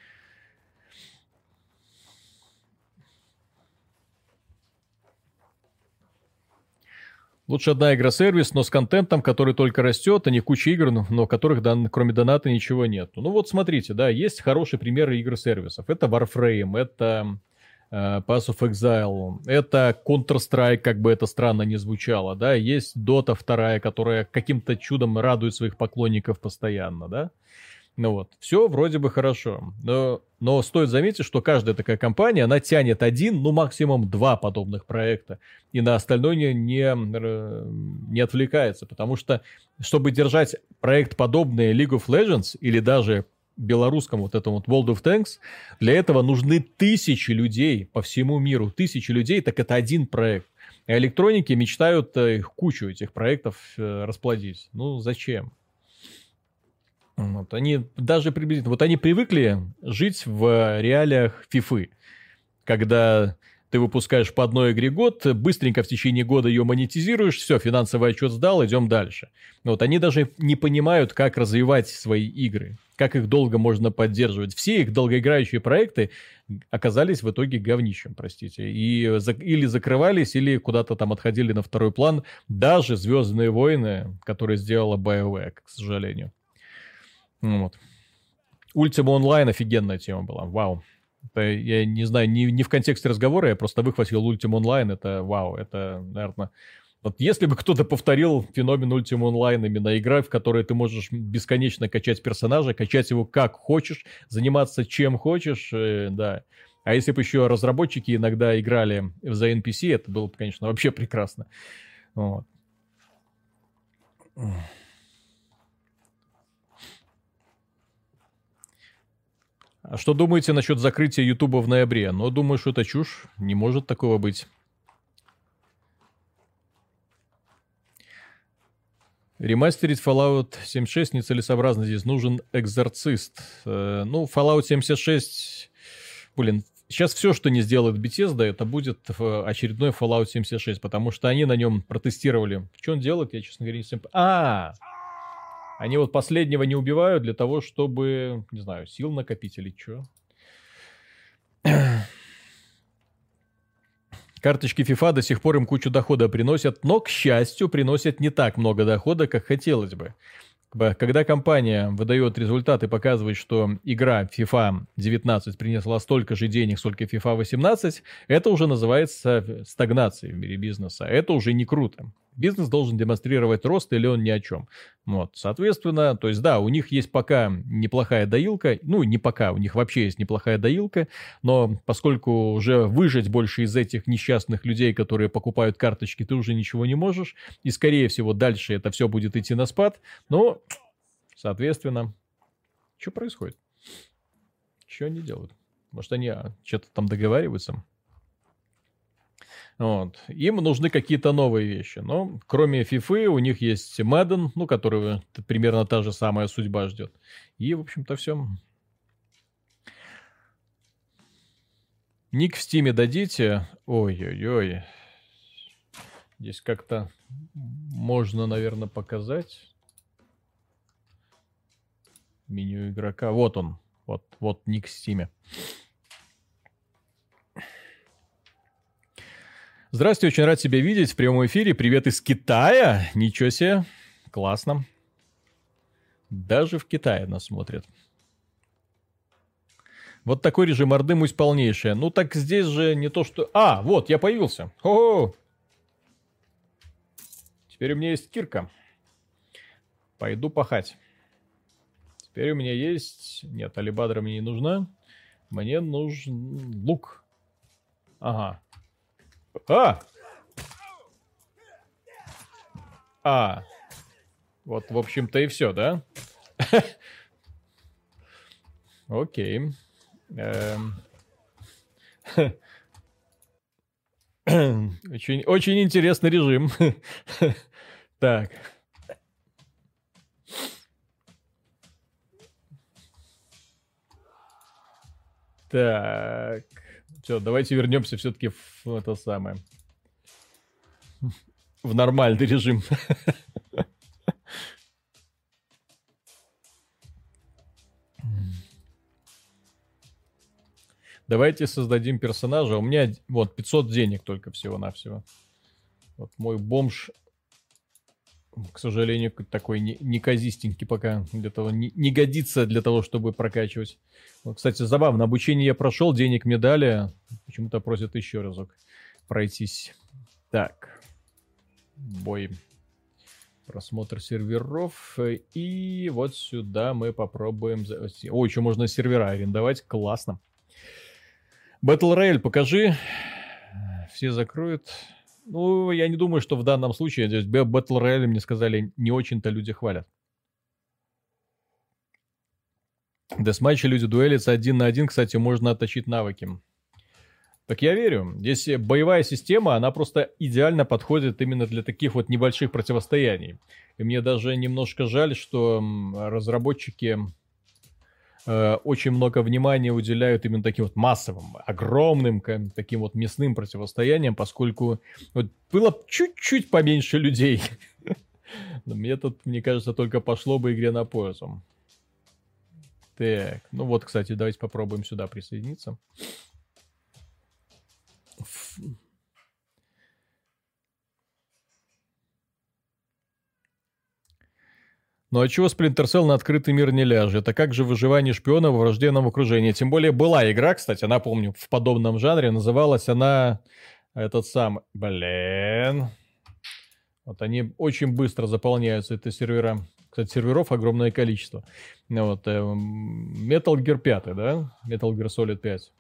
Лучше одна игра-сервис, но с контентом, который только растет, а не куча игр, но в которых дан, кроме доната ничего нет. Ну вот смотрите, да, есть хорошие примеры игр-сервисов. Это Warframe, это... Pass of Exile, это Counter-Strike, как бы это странно ни звучало, да, есть Dota два, которая каким-то чудом радует своих поклонников постоянно, да, ну вот, все вроде бы хорошо, но, но стоит заметить, что каждая такая компания, она тянет один, ну максимум два подобных проекта, и на остальное не, не, не отвлекается, потому что, чтобы держать проект подобный League of Legends или даже белорусском вот этом вот World of Tanks, для этого нужны тысячи людей по всему миру. Тысячи людей, так это один проект. А электроники мечтают их кучу этих проектов расплодить. Ну, зачем? Вот, они даже приблизительно... Вот они привыкли жить в реалиях фифы, когда ты выпускаешь по одной игре год, быстренько в течение года ее монетизируешь, все, финансовый отчет сдал, идем дальше. Вот, они даже не понимают, как развивать свои игры, как их долго можно поддерживать. Все их долгоиграющие проекты оказались в итоге говнищем, простите. И за, или закрывались, или куда-то там отходили на второй план. Даже «Звездные войны», которые сделала BioWare, к сожалению. Вот. Ultima Online офигенная тема была, вау. Это, я не знаю, не, не в контексте разговора, я просто выхватил Ultima Online, это вау, это, наверное... Вот если бы кто-то повторил феномен Ultima Online, именно игра, в которой ты можешь бесконечно качать персонажа, качать его как хочешь, заниматься чем хочешь, э, да. А если бы еще разработчики иногда играли за эн пи си, это было бы, конечно, вообще прекрасно. Вот. А что думаете насчет закрытия Ютуба в ноябре? Ну, думаю, что это чушь. Не может такого быть. Ремастерить Fallout семьдесят шесть нецелесообразно. Здесь нужен экзорцист. Э, ну, Fallout семьдесят шесть... Блин, сейчас все, что не сделает Bethesda, это будет очередной Fallout семьдесят шесть, потому что они на нем протестировали. Что он делает, я, честно говоря, не совсем... А! Они вот последнего не убивают для того, чтобы, не знаю, сил накопить или что. Карточки FIFA до сих пор им кучу дохода приносят, но, к счастью, приносят не так много дохода, как хотелось бы. Когда компания выдает результат и показывает, что игра FIFA девятнадцать принесла столько же денег, сколько FIFA восемнадцать, это уже называется стагнацией в мире бизнеса. Это уже не круто. Бизнес должен демонстрировать рост, или он ни о чем. Вот, соответственно, то есть, да, у них есть пока неплохая доилка, ну, не пока, у них вообще есть неплохая доилка, но поскольку уже выжать больше из этих несчастных людей, которые покупают карточки, ты уже ничего не можешь, и, скорее всего, дальше это все будет идти на спад, но, соответственно, Что происходит? Что они делают? Может, они а, что-то там договариваются? Вот. Им нужны какие-то новые вещи. Но кроме FIFA у них есть Madden, ну, которого примерно та же самая судьба ждет. И, в общем-то, все. Ник в Стиме дадите? Ой-ой-ой. Здесь как-то можно, наверное, показать. Меню игрока. Вот он. Вот, вот ник в Стиме. Здравствуйте, очень рад тебя видеть в прямом эфире. Привет из Китая. Ничего себе. Классно. Даже в Китае нас смотрят. Вот такой режим орды, мусь полнейшая. Ну так здесь же не то, что... А, вот, я появился. О-о-о. Теперь у меня есть кирка. Пойду пахать. Теперь у меня есть... Нет, алебадра мне не нужна. Мне нужен лук. Ага. А! А. Вот, в общем-то, и все, да? Окей. Очень, очень интересный режим. Так. Так. Все, давайте вернемся все-таки в это самое. В нормальный режим. Давайте создадим персонажа. У меня вот пятьсот денег только всего-навсего. Вот мой бомж, к сожалению, такой неказистенький пока. Для того, не, не годится для того, чтобы прокачивать. Вот, кстати, забавно. Обучение я прошел, денег мне дали. Почему-то просят еще разок пройтись. Так. Бой. Просмотр серверов. И вот сюда мы попробуем... О, еще можно сервера арендовать. Классно. Battle Royale покажи. Все закроют. Ну, я не думаю, что в данном случае здесь Battle Royale, мне сказали, не очень-то люди хвалят. В десматче люди дуэлятся один на один, кстати, можно отточить навыки. Так я верю. Здесь боевая система, она просто идеально подходит именно для таких вот небольших противостояний. И мне даже немножко жаль, что разработчики... очень много внимания уделяют именно таким вот массовым, огромным, таким вот мясным противостояниям, поскольку вот было чуть-чуть поменьше людей. Но мне тут, мне кажется, только пошло бы игре на пользу. Так, ну вот, кстати, давайте попробуем сюда присоединиться. Ну а чего Splinter Cell на открытый мир не ляжет? А как же выживание шпиона во враждебном окружении? Тем более была игра, кстати, она, помню, в подобном жанре. Называлась она... Этот сам... Блин... Вот они очень быстро заполняются, это сервера. Кстати, серверов огромное количество. Вот, э, Metal Gear пять, да? Metal Gear Solid пять.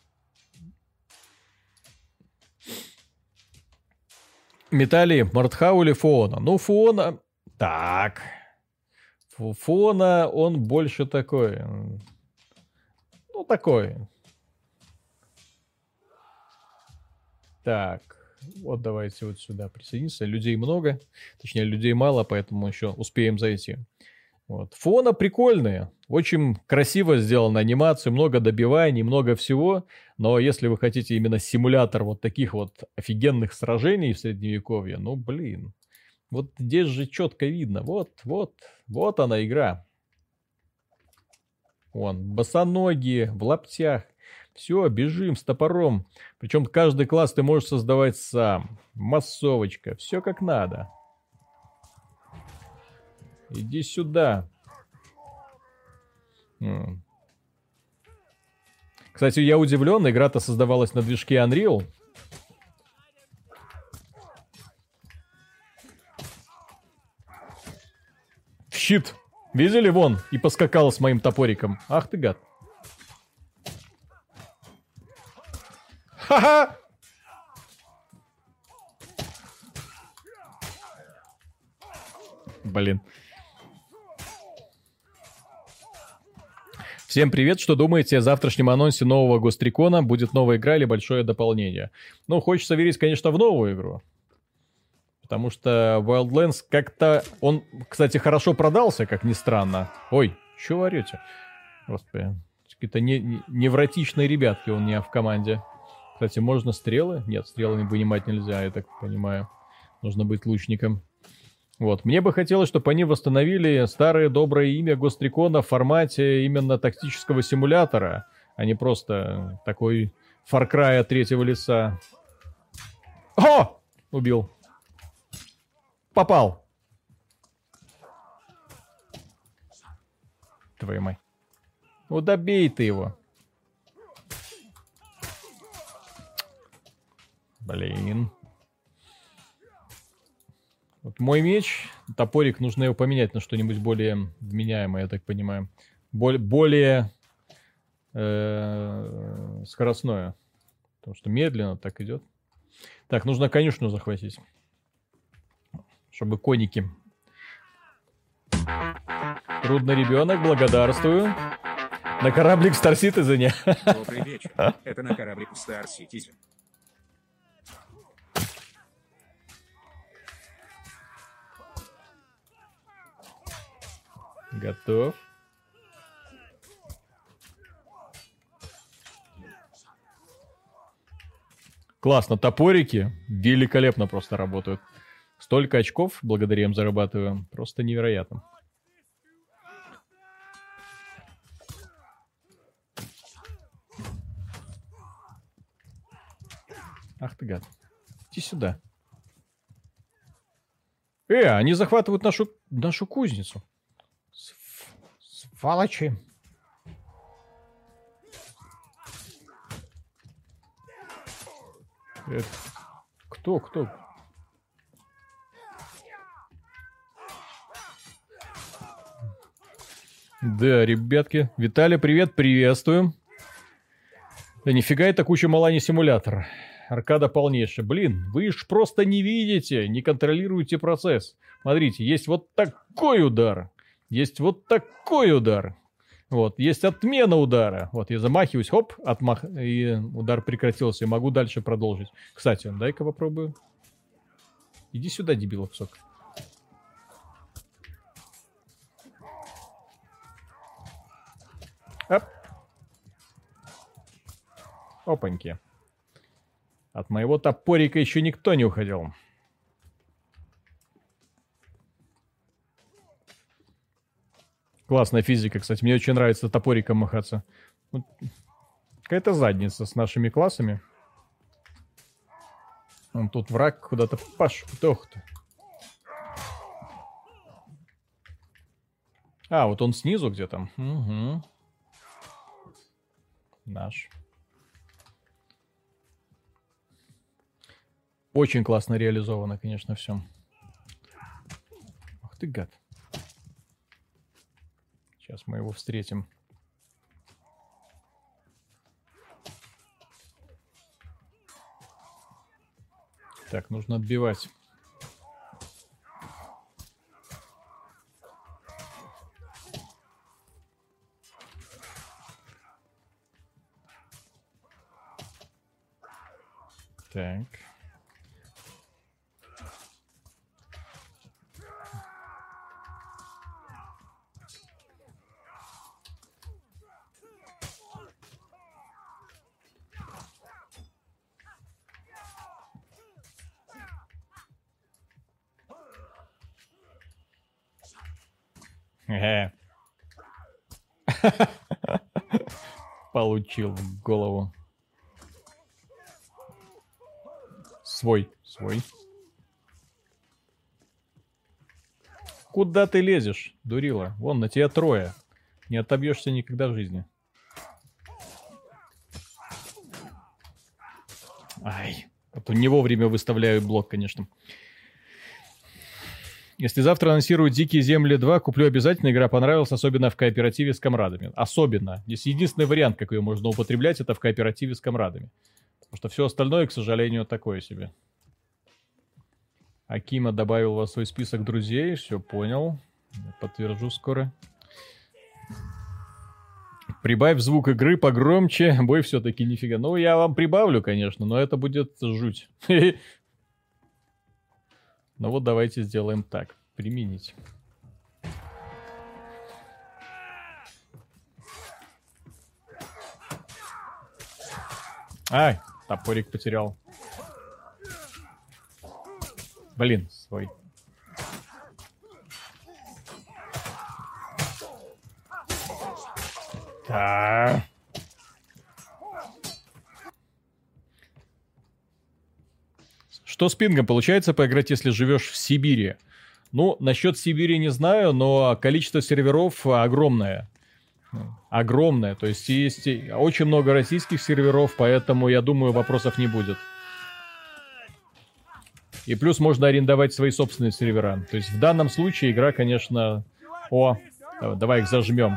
Металли, Мартхау или Фуона? Ну, Фуона... Так... Фона, он больше такой, ну, такой. Так, вот давайте вот сюда присоединиться. Людей много, точнее, людей мало, поэтому еще успеем зайти. Вот. Фона прикольные, очень красиво сделана анимация, много добиваний, много всего. Но если вы хотите именно симулятор вот таких вот офигенных сражений в Средневековье, ну, блин. Вот здесь же четко видно. Вот, вот, вот она игра. Вон, босоногие, в лаптях. Все, бежим с топором. Причем каждый класс ты можешь создавать сам. Массовочка. Все как надо. Иди сюда. Кстати, я удивлен. Игра-то создавалась на движке Unreal. Щит. Видели, вон, и поскакал с моим топориком. Ах ты гад. Ха-ха! Блин. Всем привет, что думаете о завтрашнем анонсе нового Гострикона? Будет новая игра или большое дополнение? Ну, хочется верить, конечно, в новую игру. Потому что Wildlands как-то... Он, кстати, хорошо продался, как ни странно. Ой, что вы орете? Господи, какие-то не, не, невротичные ребятки у меня в команде. Кстати, можно стрелы? Нет, стрелами вынимать нельзя, я так понимаю. Нужно быть лучником. Вот. Мне бы хотелось, чтобы они восстановили старое доброе имя Гострикона в формате именно тактического симулятора, а не просто такой Far Cry от третьего лица. О! Убил. Попал. Твою мать. Ну добей ты его. Блин. Вот мой меч, топорик, нужно его поменять на что-нибудь более вменяемое, я так понимаю. Боль, более э, скоростное. Потому что медленно так идет. Так, нужно конюшню захватить. Чтобы коники. Трудный ребенок, благодарствую. На кораблик Star Citizen. Добрый вечер. Это на кораблик Star Citizen. Готов. Классно, топорики великолепно просто работают. Столько очков благодаря им зарабатываю. Просто невероятно. Ах ты гад. Иди сюда. Э, они захватывают нашу, нашу кузницу. Сволочи. Это... Кто, кто? Да, ребятки. Виталий, привет, приветствую. Да нифига это куча малани симулятор. Аркада полнейшая. Блин, вы ж просто не видите, не контролируете процесс. Смотрите, есть вот такой удар. Есть вот такой удар. Вот, есть отмена удара. Вот, я замахиваюсь, хоп, отмах... и удар прекратился. Я могу дальше продолжить. Кстати, дай-ка попробую. Иди сюда, дебил кусок. Оп. Опаньки. От моего топорика еще никто не уходил. Классная физика, кстати. Мне очень нравится топориком махаться. Вот. Какая-то задница с нашими классами. Вон тут враг куда-то паш. Ох ты. А, вот он снизу где-то. Угу. Наш. Очень классно реализовано, конечно, все. Ах ты гад. Сейчас мы его встретим. Так, нужно отбивать. Так. Э. Получил в голову. Свой, свой. Куда ты лезешь, дурила? Вон, на тебя трое. Не отобьешься никогда в жизни. Ай, а то не вовремя выставляю блок, конечно. Если завтра анонсируют «Дикие земли два», куплю обязательно. Игра понравилась, особенно в кооперативе с комрадами. Особенно. Здесь единственный вариант, как ее можно употреблять, это в кооперативе с комрадами. Потому что все остальное, к сожалению, такое себе. Акима добавил вас в свой список друзей. Все, понял. Подтвержу скоро. Прибавь звук игры погромче, бой все-таки нифига. Ну, я вам прибавлю, конечно, но это будет жуть. Ну вот давайте сделаем так. Применить. Ай, топорик потерял. Блин, свой. А. Что с пингом получается поиграть, если живешь в Сибири? Ну, насчет Сибири не знаю, но количество серверов огромное. Огромное. То есть есть очень много российских серверов, поэтому, я думаю, вопросов не будет. И плюс можно арендовать свои собственные сервера. То есть в данном случае игра, конечно... О, давай их зажмем.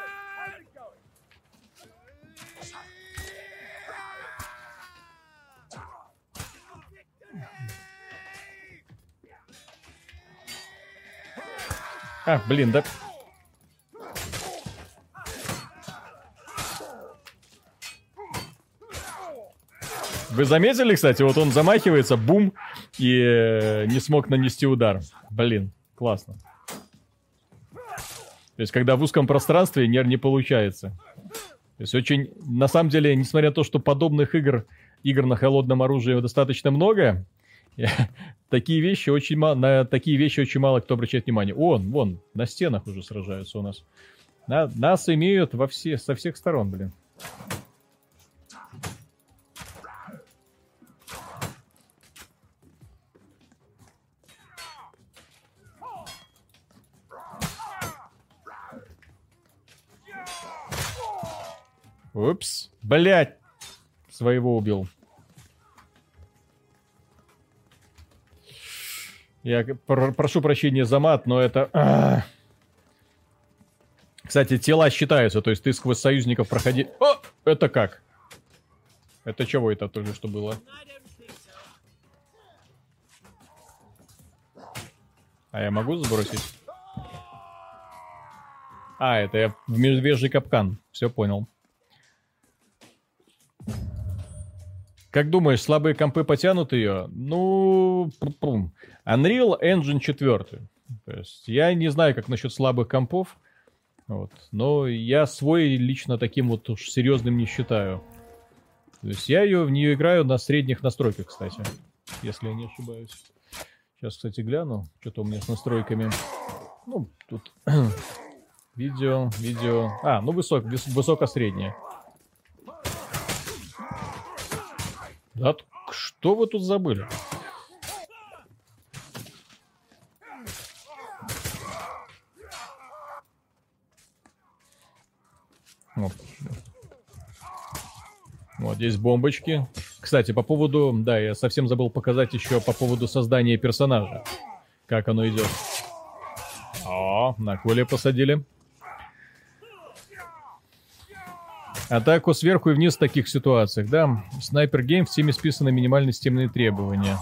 А, блин, да... Вы заметили, кстати, вот он замахивается, бум, и э, не смог нанести удар. Блин, классно. То есть, когда в узком пространстве не, не получается. То есть, очень, на самом деле, несмотря на то, что подобных игр, игр на холодном оружии достаточно много, такие вещи очень мало, на такие вещи очень мало кто обращает внимание. О, вон, на стенах уже сражаются у нас. На, нас имеют во все, со всех сторон, блин. Упс, блять, своего убил. Я пр- прошу прощения за мат, но это... А-а-а. Кстати, тела считаются, то есть ты сквозь союзников проходи... О, это как? Это чего это только что было? А я могу сбросить? А, это я в медвежий капкан. Все понял. Как думаешь, слабые компы потянут ее? Ну, пум-пум. Unreal Engine четыре. То есть я не знаю, как насчет слабых компов. Вот. Но я свой лично таким вот уж серьезным не считаю. То есть я ее, в нее играю на средних настройках, кстати. Если я не ошибаюсь. Сейчас, кстати, гляну. Что-то у меня с настройками. Ну, тут... видео, видео... А, ну высок, высоко-среднее. Да, что вы тут забыли? Вот. Вот здесь бомбочки. Кстати, по поводу... Да, я совсем забыл показать еще по поводу создания персонажа. Как оно идет. О, на Коле посадили. Атаку сверху и вниз в таких ситуациях, да. Снайпер Гейм, в теме списаны минимальные системные требования.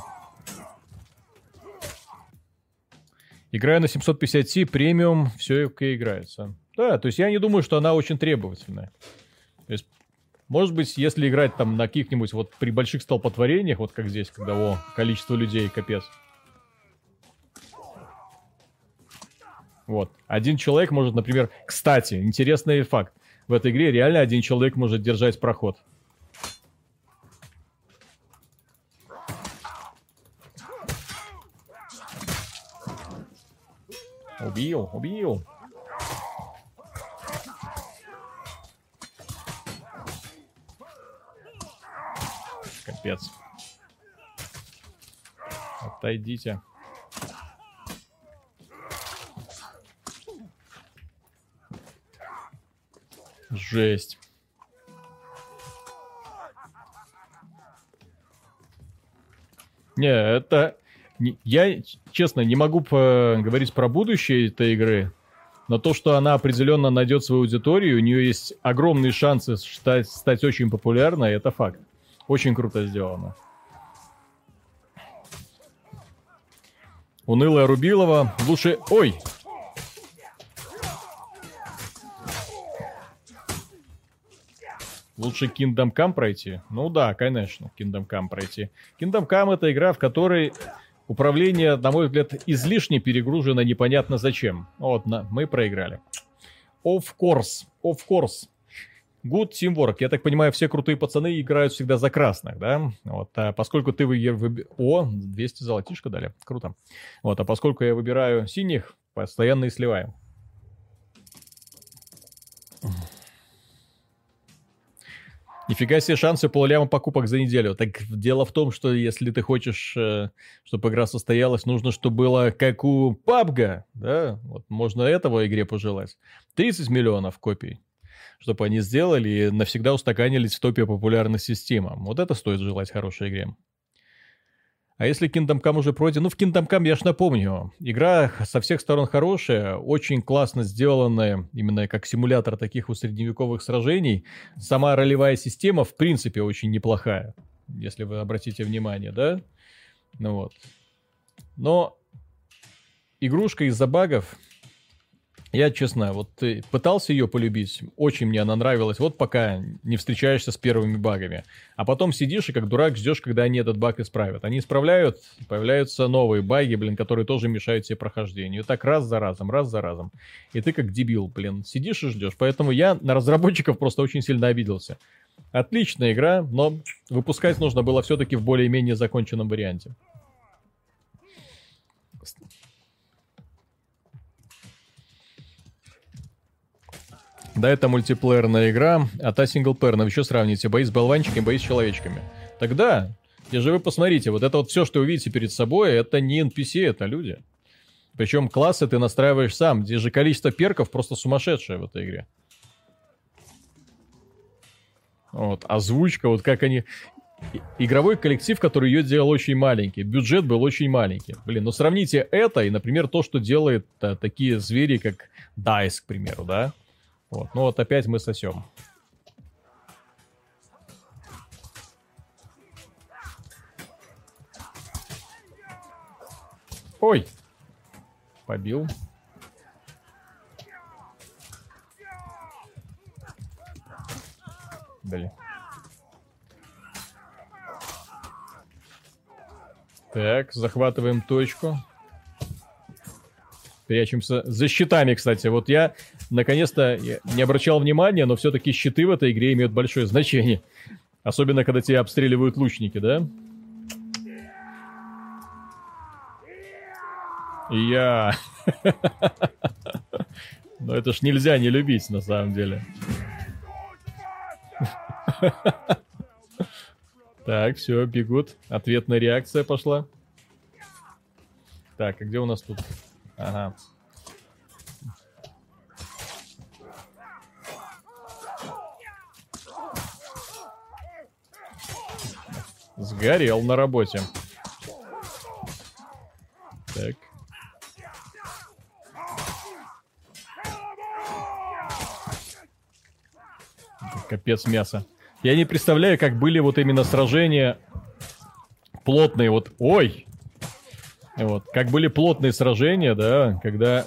Играю на семьсот пятьдесят ти, премиум, все окей играется. Да, то есть я не думаю, что она очень требовательная. То есть, может быть, если играть там на каких-нибудь вот при больших столпотворениях, вот как здесь, когда о, количество людей капец. Вот. Один человек может, например... Кстати, интересный факт. В этой игре реально один человек может держать проход. Убил, убил. Капец. Отойдите. Жесть. Не, это... Не, я, честно, не могу говорить про будущее этой игры, но то, что она определенно найдет свою аудиторию, у нее есть огромные шансы стать, стать очень популярной, это факт. Очень круто сделано. Унылая Рубилова. Лучше... Ой! Лучше Kingdom Come пройти? Ну да, конечно, Kingdom Come пройти. Kingdom Come — это игра, в которой управление, на мой взгляд, излишне перегружено непонятно зачем. Вот, на, мы проиграли. Of course, of course. Good teamwork. Я так понимаю, все крутые пацаны играют всегда за красных, да? Вот, а поскольку ты выбираешь... О, двести золотишко дали. Круто. Вот, а поскольку я выбираю синих, постоянно и сливаю. Нифига себе шансы полляма покупок за неделю. Так дело в том, что если ты хочешь, чтобы игра состоялась, нужно, чтобы было как у пабга, да? Вот можно этого игре пожелать. тридцать миллионов копий. Чтобы они сделали и навсегда устаканились в топе популярности Steam. Вот это стоит желать хорошей игре. А если Kingdom Come уже пройден? Ну, в Kingdom Come я ж напомню. Игра со всех сторон хорошая, очень классно сделанная, именно как симулятор таких вот средневековых сражений. Сама ролевая система, в принципе, очень неплохая, если вы обратите внимание, да? Ну вот. Но игрушка из-за багов... Я, честно, вот пытался ее полюбить, очень мне она нравилась, вот пока не встречаешься с первыми багами. А потом сидишь и как дурак ждешь, когда они этот баг исправят. Они исправляют, появляются новые баги, блин, которые тоже мешают тебе прохождению. И так раз за разом, раз за разом. И ты как дебил, блин, сидишь и ждешь. Поэтому я на разработчиков просто очень сильно обиделся. Отличная игра, но выпускать нужно было все-таки в более-менее законченном варианте. Да, это мультиплеерная игра, а та синглплеерная. Вы еще сравните, бои с болванчиками, бои с человечками. Тогда, те же вы посмотрите, вот это вот все, что вы видите перед собой, это не эн пи си, это люди. Причем классы ты настраиваешь сам. Здесь же количество перков просто сумасшедшее в этой игре. Вот, озвучка, вот как они... Игровой коллектив, который ее делал, очень маленький. Бюджет был очень маленький. Блин, ну сравните это и, например, то, что делает а, такие звери, как дайс, к примеру, да? Вот. Ну вот опять мы сосем. Ой! Побил. Блин. Так, захватываем точку. Прячемся за щитами, кстати. Вот я, наконец-то, не обращал внимания, но все-таки щиты в этой игре имеют большое значение. Особенно, когда тебя обстреливают лучники, да? И я... Но это ж нельзя не любить, на самом деле. Так, все, бегут. Ответная реакция пошла. Так, а где у нас тут... Ага. Сгорел на работе. Так. Капец мясо. Я не представляю, как были вот именно сражения плотные. Вот, ой! Вот, как были плотные сражения, да, когда...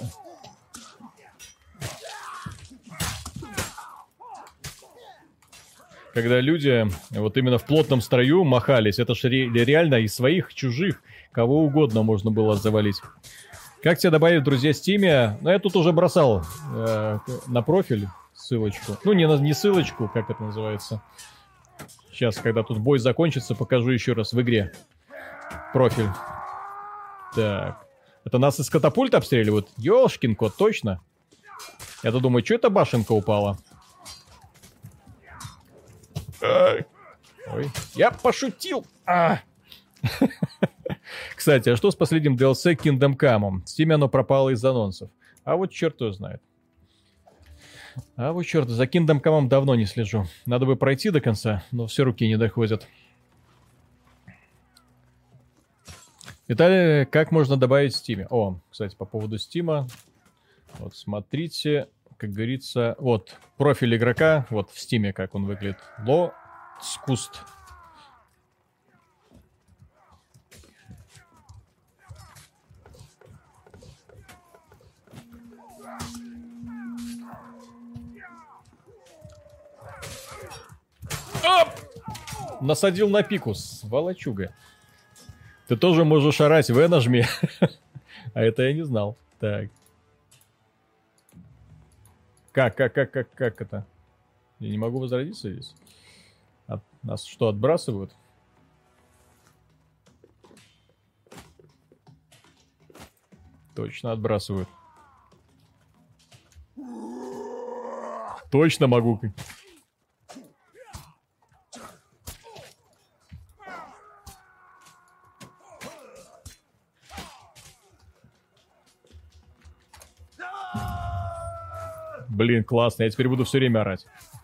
Когда люди вот именно в плотном строю махались. Это же ре- реально из своих, чужих, кого угодно можно было завалить. Как тебя добавить в друзья Steam? Ну, я тут уже бросал э, на профиль ссылочку. Ну, не, не ссылочку, как это называется. Сейчас, когда тут бой закончится, покажу еще раз в игре. Профиль. Так. Это нас из катапульт обстреливают? Ёшкин кот, точно? Я-то думаю, что это башенка упала? Ой, я пошутил! А! Кстати, а что с последним ди эл си Kingdom Come? В Steam оно пропало из анонсов. А вот черт его знает. А вот черт, за Kingdom Come давно не слежу. Надо бы пройти до конца, но все руки не доходят. Виталий, как можно добавить в Steam? О, кстати, по поводу Steam. Вот смотрите, как говорится, вот профиль игрока, вот в Steam как он выглядит. Лоцкуст. Оп! Насадил на пику, сволочуга. Ты тоже можешь орать, В нажми. А это я не знал. Так. Как, как, как, как, как это? Я не могу возродиться здесь? От, нас что, отбрасывают? Точно отбрасывают. Точно могу. Блин, классно. Я теперь буду все время орать.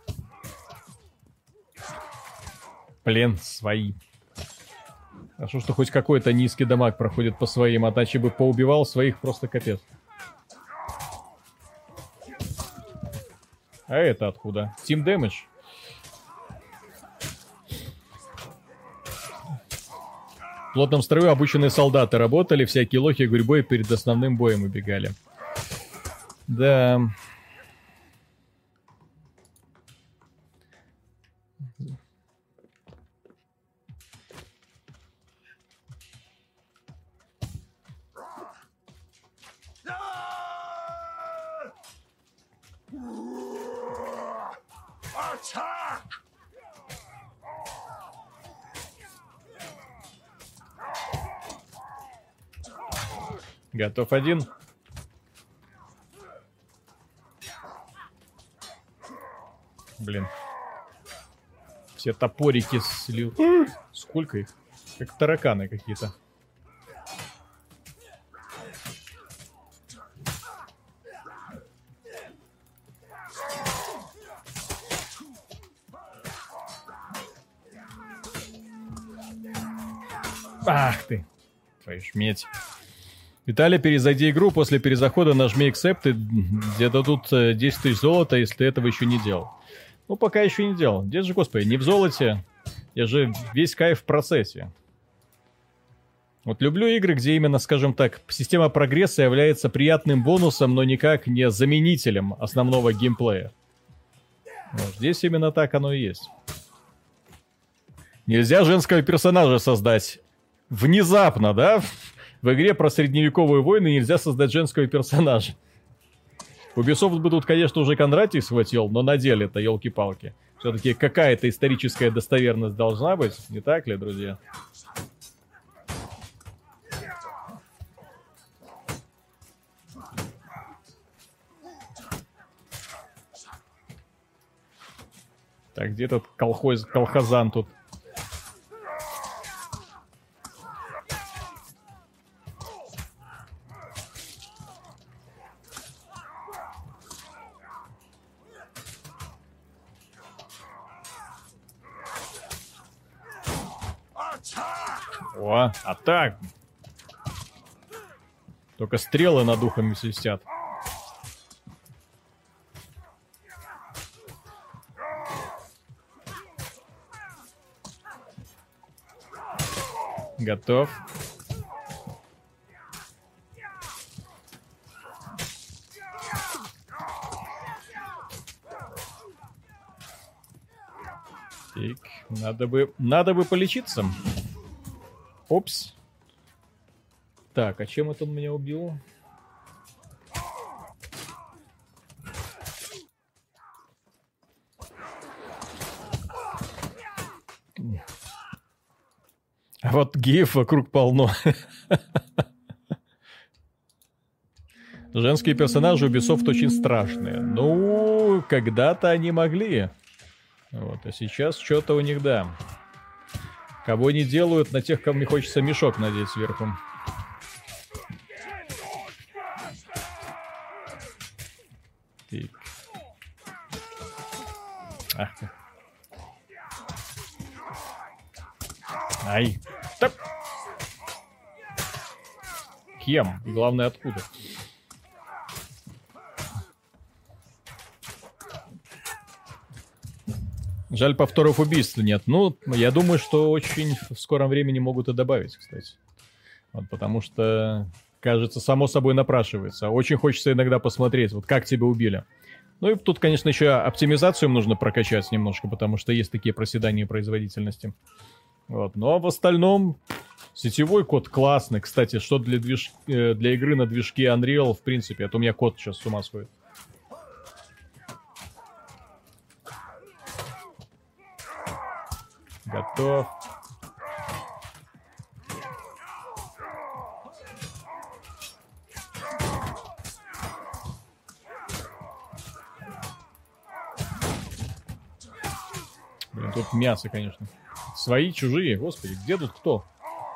Блин, свои. Хорошо, что хоть какой-то низкий дамаг проходит по своим, а иначе бы поубивал своих просто капец. А это откуда? Team Damage. В плотном строю обученные солдаты работали, всякие лохи гурьбой перед основным боем убегали. Да. Готов один. Блин. Все топорики слил. Сколько их? Как тараканы какие-то. Ах ты. Твою ж медь. Виталий, перезайди игру, после перезахода нажми Accept, и где дадут десять тысяч золота, если ты этого еще не делал. Ну, пока еще не делал. Где же, господи, не в золоте. Я же весь кайф в процессе. Вот люблю игры, где именно, скажем так, система прогресса является приятным бонусом, но никак не заменителем основного геймплея. Вот, здесь именно так оно и есть. Нельзя женского персонажа создать внезапно, да? В игре про средневековые войны нельзя создать женского персонажа. Ubisoft бы тут, конечно, уже Кондратий схватил, но на деле-то, елки-палки. Все-таки какая-то историческая достоверность должна быть, не так ли, друзья? Так, где этот колхоз, колхозан тут? О, а так. Только стрелы над ухами свистят. Готов. Так, надо бы, надо бы полечиться. Опс. Так, а чем это он меня убил? А вот геев вокруг полно. Женские персонажи Ubisoft очень страшные. Ну, когда-то они могли. Вот, а сейчас что-то у них, да. Кого не делают, на тех, кому не хочется мешок надеть сверху. Так. Ах ты. Ай. Так. Кем? И главное, откуда? Жаль, повторов убийств нет. Ну, я думаю, что очень в скором времени могут и добавить, кстати. Вот, потому что, кажется, само собой напрашивается. Очень хочется иногда посмотреть, вот как тебя убили. Ну и тут, конечно, еще оптимизацию нужно прокачать немножко, потому что есть такие проседания производительности. Вот. Но в остальном сетевой код классный. Кстати, что для, движ... для игры на движке Unreal, в принципе, это у меня код сейчас с ума сходит. Готов. Блин, тут мясо, конечно. Свои, чужие, господи, где тут кто?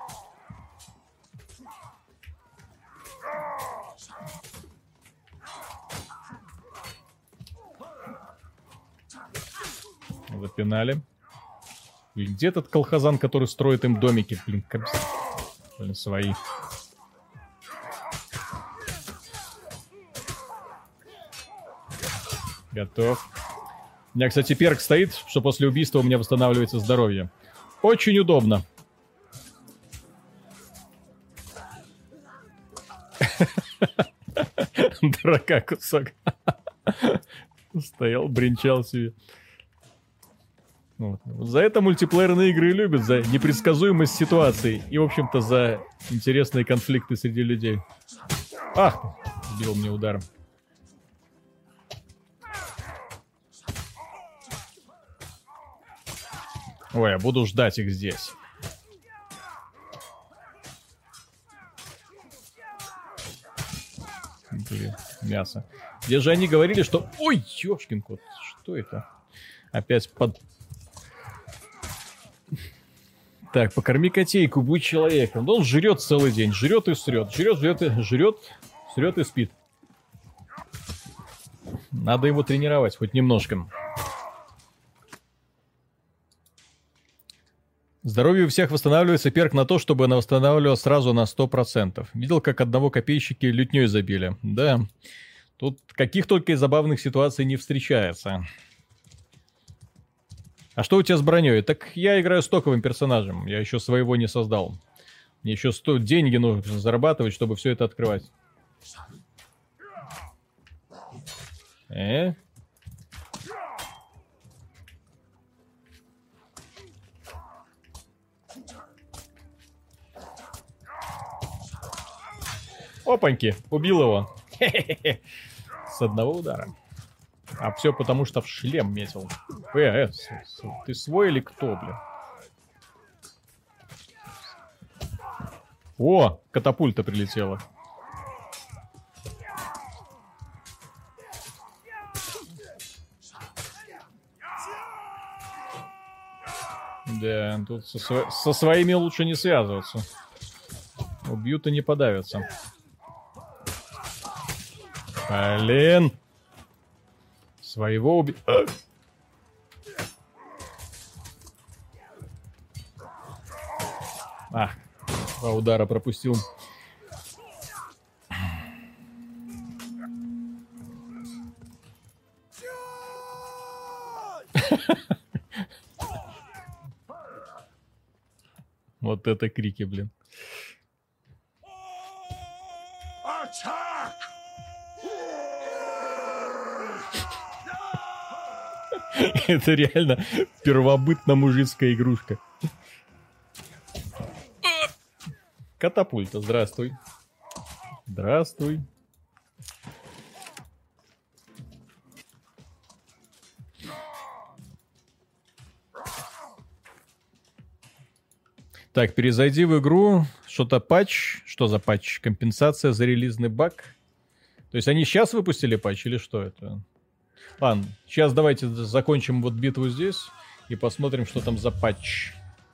Запинали. И где этот колхозан, который строит им домики? Блин, как... Блин, свои. Готов. У меня, кстати, перк стоит, что после убийства у меня восстанавливается здоровье. Очень удобно. Дурака кусок. Стоял, бренчал себе. Вот. За это мультиплеерные игры любят, за непредсказуемость ситуаций и, в общем-то, за интересные конфликты среди людей. Ах, сбил мне ударом. Ой, я буду ждать их здесь. Блин, мясо. Где же они говорили, что... Ой, ёшкин кот, что это? Опять под... Так, покорми котейку, будь человеком. Да он жрет целый день, жрет и срет, жрет, жрет и жрет, срет и спит. Надо его тренировать хоть немножко. Здоровье у всех восстанавливается, перк на то, чтобы она восстанавливала сразу на сто процентов. Видел, как одного копейщики лютней забили? Да. Тут каких только и забавных ситуаций не встречается. А что у тебя с броней? Так я играю стоковым персонажем. Я еще своего не создал. Мне еще сто... деньги нужно зарабатывать, чтобы все это открывать. Э? Опаньки, убил его. Хе-хе-хе. С одного удара. А все потому, что в шлем метил. Э, э, ты свой или кто, блин? О, катапульта прилетела. Да, тут со, сво... со своими лучше не связываться. Убьют и не подавятся. Блин. Своего уби... А, два удара пропустил. Вот это крики, блин. Это реально первобытно-мужицкая игрушка. Катапульта, здравствуй. Здравствуй. Так, перезайди в игру. Что-то патч. Что за патч? Компенсация за релизный баг? То есть они сейчас выпустили патч или что это? Ладно, сейчас давайте закончим вот битву здесь и посмотрим, что там за патч.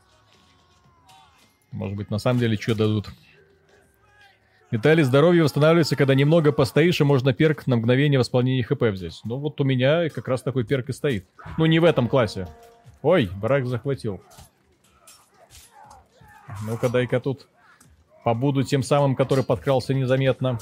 Может быть, на самом деле, что дадут. Металли здоровья восстанавливается, когда немного постоишь, и можно перк на мгновение восполнения хп взять. Ну, вот у меня как раз такой перк и стоит. Ну, не в этом классе. Ой, барак захватил. Ну-ка, дай-ка тут побуду тем самым, который подкрался незаметно.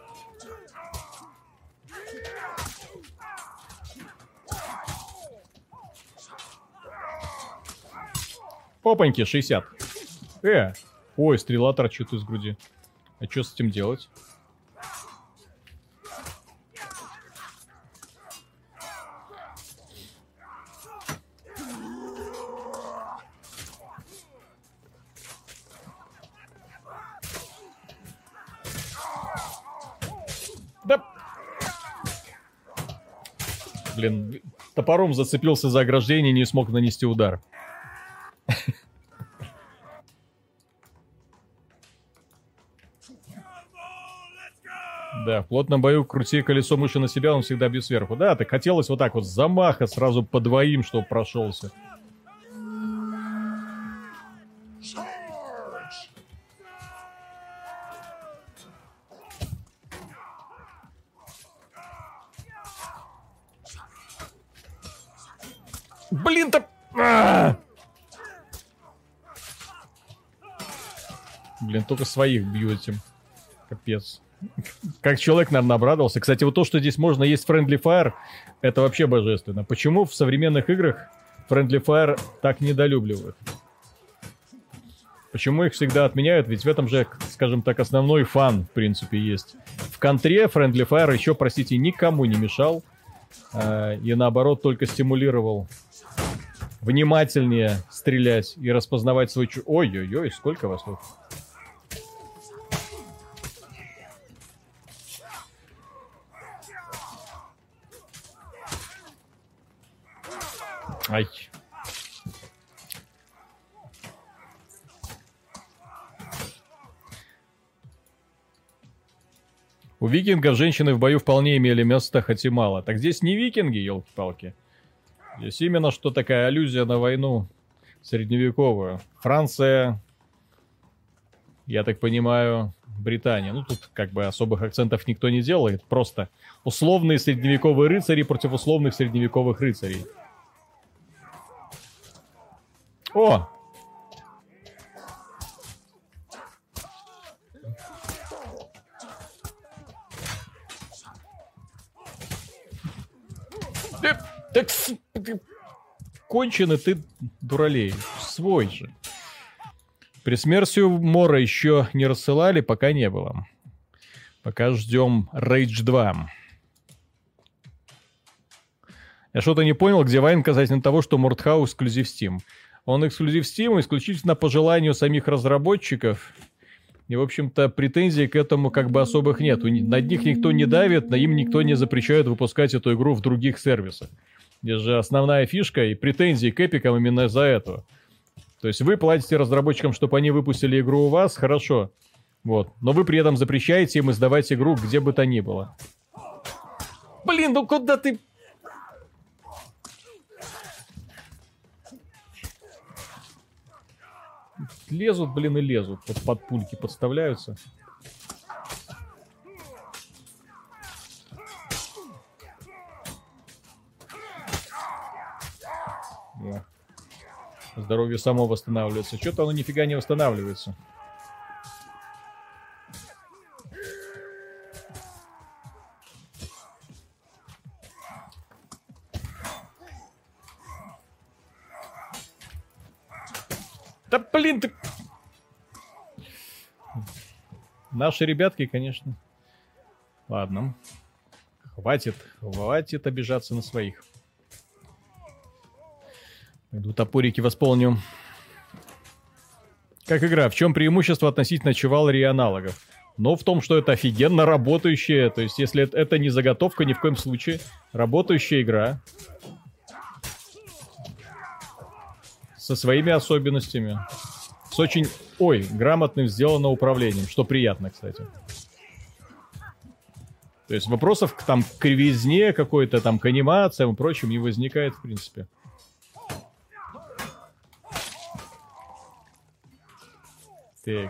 Опаньки, шестьдесят. Э, ой, стрела торчит из груди. А что с этим делать? Блин, топором зацепился за ограждение и не смог нанести удар. Да, в плотном бою крути колесо мыши на себя, он всегда бьет сверху. Да, так хотелось вот так вот замаха сразу по двоим, чтобы прошелся. Блин-то... А-а-а! Блин, только своих бью этим. Капец. Как человек, наверное, обрадовался. Кстати, вот то, что здесь можно есть Friendly Fire, это вообще божественно. Почему в современных играх Friendly Fire так недолюбливают? Почему их всегда отменяют? Ведь в этом же, скажем так, основной фан, в принципе, есть. В контре Friendly Fire еще, простите, никому не мешал. И наоборот, только стимулировал внимательнее стрелять и распознавать свой... Чу... Ой-ой-ой, сколько вас тут? Ай. У викингов женщины в бою вполне имели место, хоть и мало. Так здесь не викинги, елки-палки. Здесь именно что такая аллюзия на войну средневековую. Франция, я так понимаю, Британия. Ну, тут как бы особых акцентов никто не делает. Просто условные средневековые рыцари против условных средневековых рыцарей. О! Ты, так, ты, конченый ты, дуралей. Свой же. Пресмерсию Мора еще не рассылали, пока не было. Пока ждем Rage два. Я что-то не понял, где Вайн касательно того, что Мордхау эксклюзив Steam. Он эксклюзив Steam исключительно по желанию самих разработчиков. И, в общем-то, претензий к этому как бы особых нет. Над них никто не давит, на им никто не запрещает выпускать эту игру в других сервисах. Здесь же основная фишка и претензии к эпикам именно из-за этого. То есть вы платите разработчикам, чтобы они выпустили игру у вас, хорошо. Вот. Но вы при этом запрещаете им издавать игру где бы то ни было. Блин, ну куда ты... Лезут, блин, и лезут. Под, под пульки подставляются. Да. Здоровье само восстанавливается. Что-то оно нифига не восстанавливается. Да блин ты... Наши ребятки, конечно. Ладно. Хватит, хватит обижаться на своих. Пойду топорики восполню. Как игра? В чем преимущество относительно Chivalry и аналогов? Но в том, что это офигенно работающая. То есть, если это не заготовка, ни в коем случае. Работающая игра. Со своими особенностями. С очень, ой, грамотным сделано управлением. Что приятно, кстати. То есть вопросов к, там, к кривизне какой-то, там, к анимациям и прочим не возникает, в принципе. Так.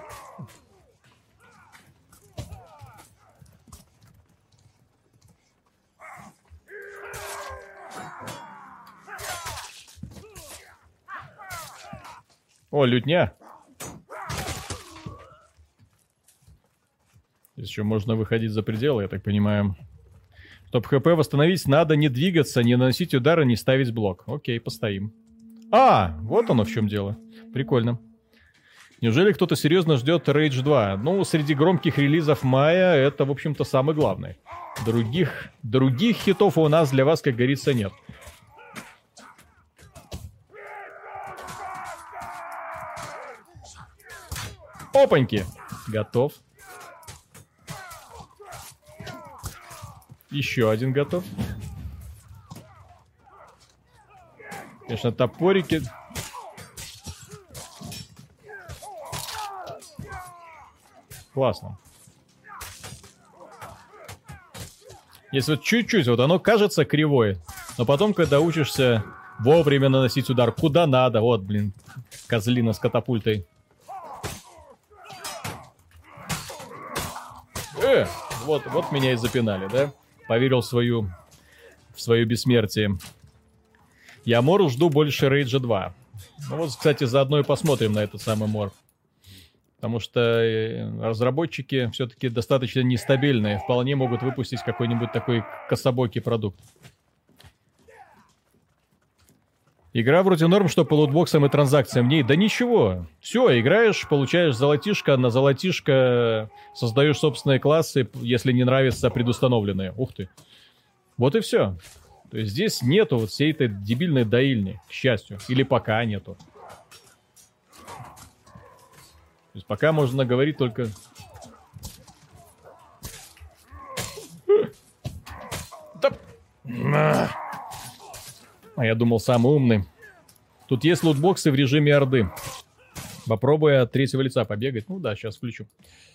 О, лютня. Здесь еще можно выходить за пределы, я так понимаю. Чтобы ХП восстановить, надо не двигаться, не наносить удары, не ставить блок. Окей, постоим. А, вот оно в чем дело. Прикольно. Неужели кто-то серьезно ждет Rage два? Ну, среди громких релизов мая это, в общем-то, самое главное. Других, других хитов у нас для вас, как говорится, нет. Опаньки! Готов. Еще один готов. Конечно, топорики. Классно. Если вот чуть-чуть, вот оно кажется кривое, но потом, когда учишься вовремя наносить удар куда надо, вот, блин, козлина с катапультой. Э, вот, вот меня и запинали, да? Поверил в свою, в свое бессмертие. Я Мору жду больше Рейджа два. Ну вот, кстати, заодно и посмотрим на этот самый Мор. Потому что разработчики все-таки достаточно нестабильные. Вполне могут выпустить какой-нибудь такой кособокий продукт. Игра вроде норм, что по лутбоксам и транзакциям в ней. Да ничего. Все, играешь, получаешь золотишко, на золотишко создаешь собственные классы, если не нравятся предустановленные. Ух ты. Вот и все. То есть здесь нету вот всей этой дебильной доильни, к счастью. Или пока нету. То есть пока можно говорить только... Да. А я думал, самый умный. Тут есть лутбоксы в режиме Орды. Попробуй от третьего лица побегать. Ну да, сейчас включу.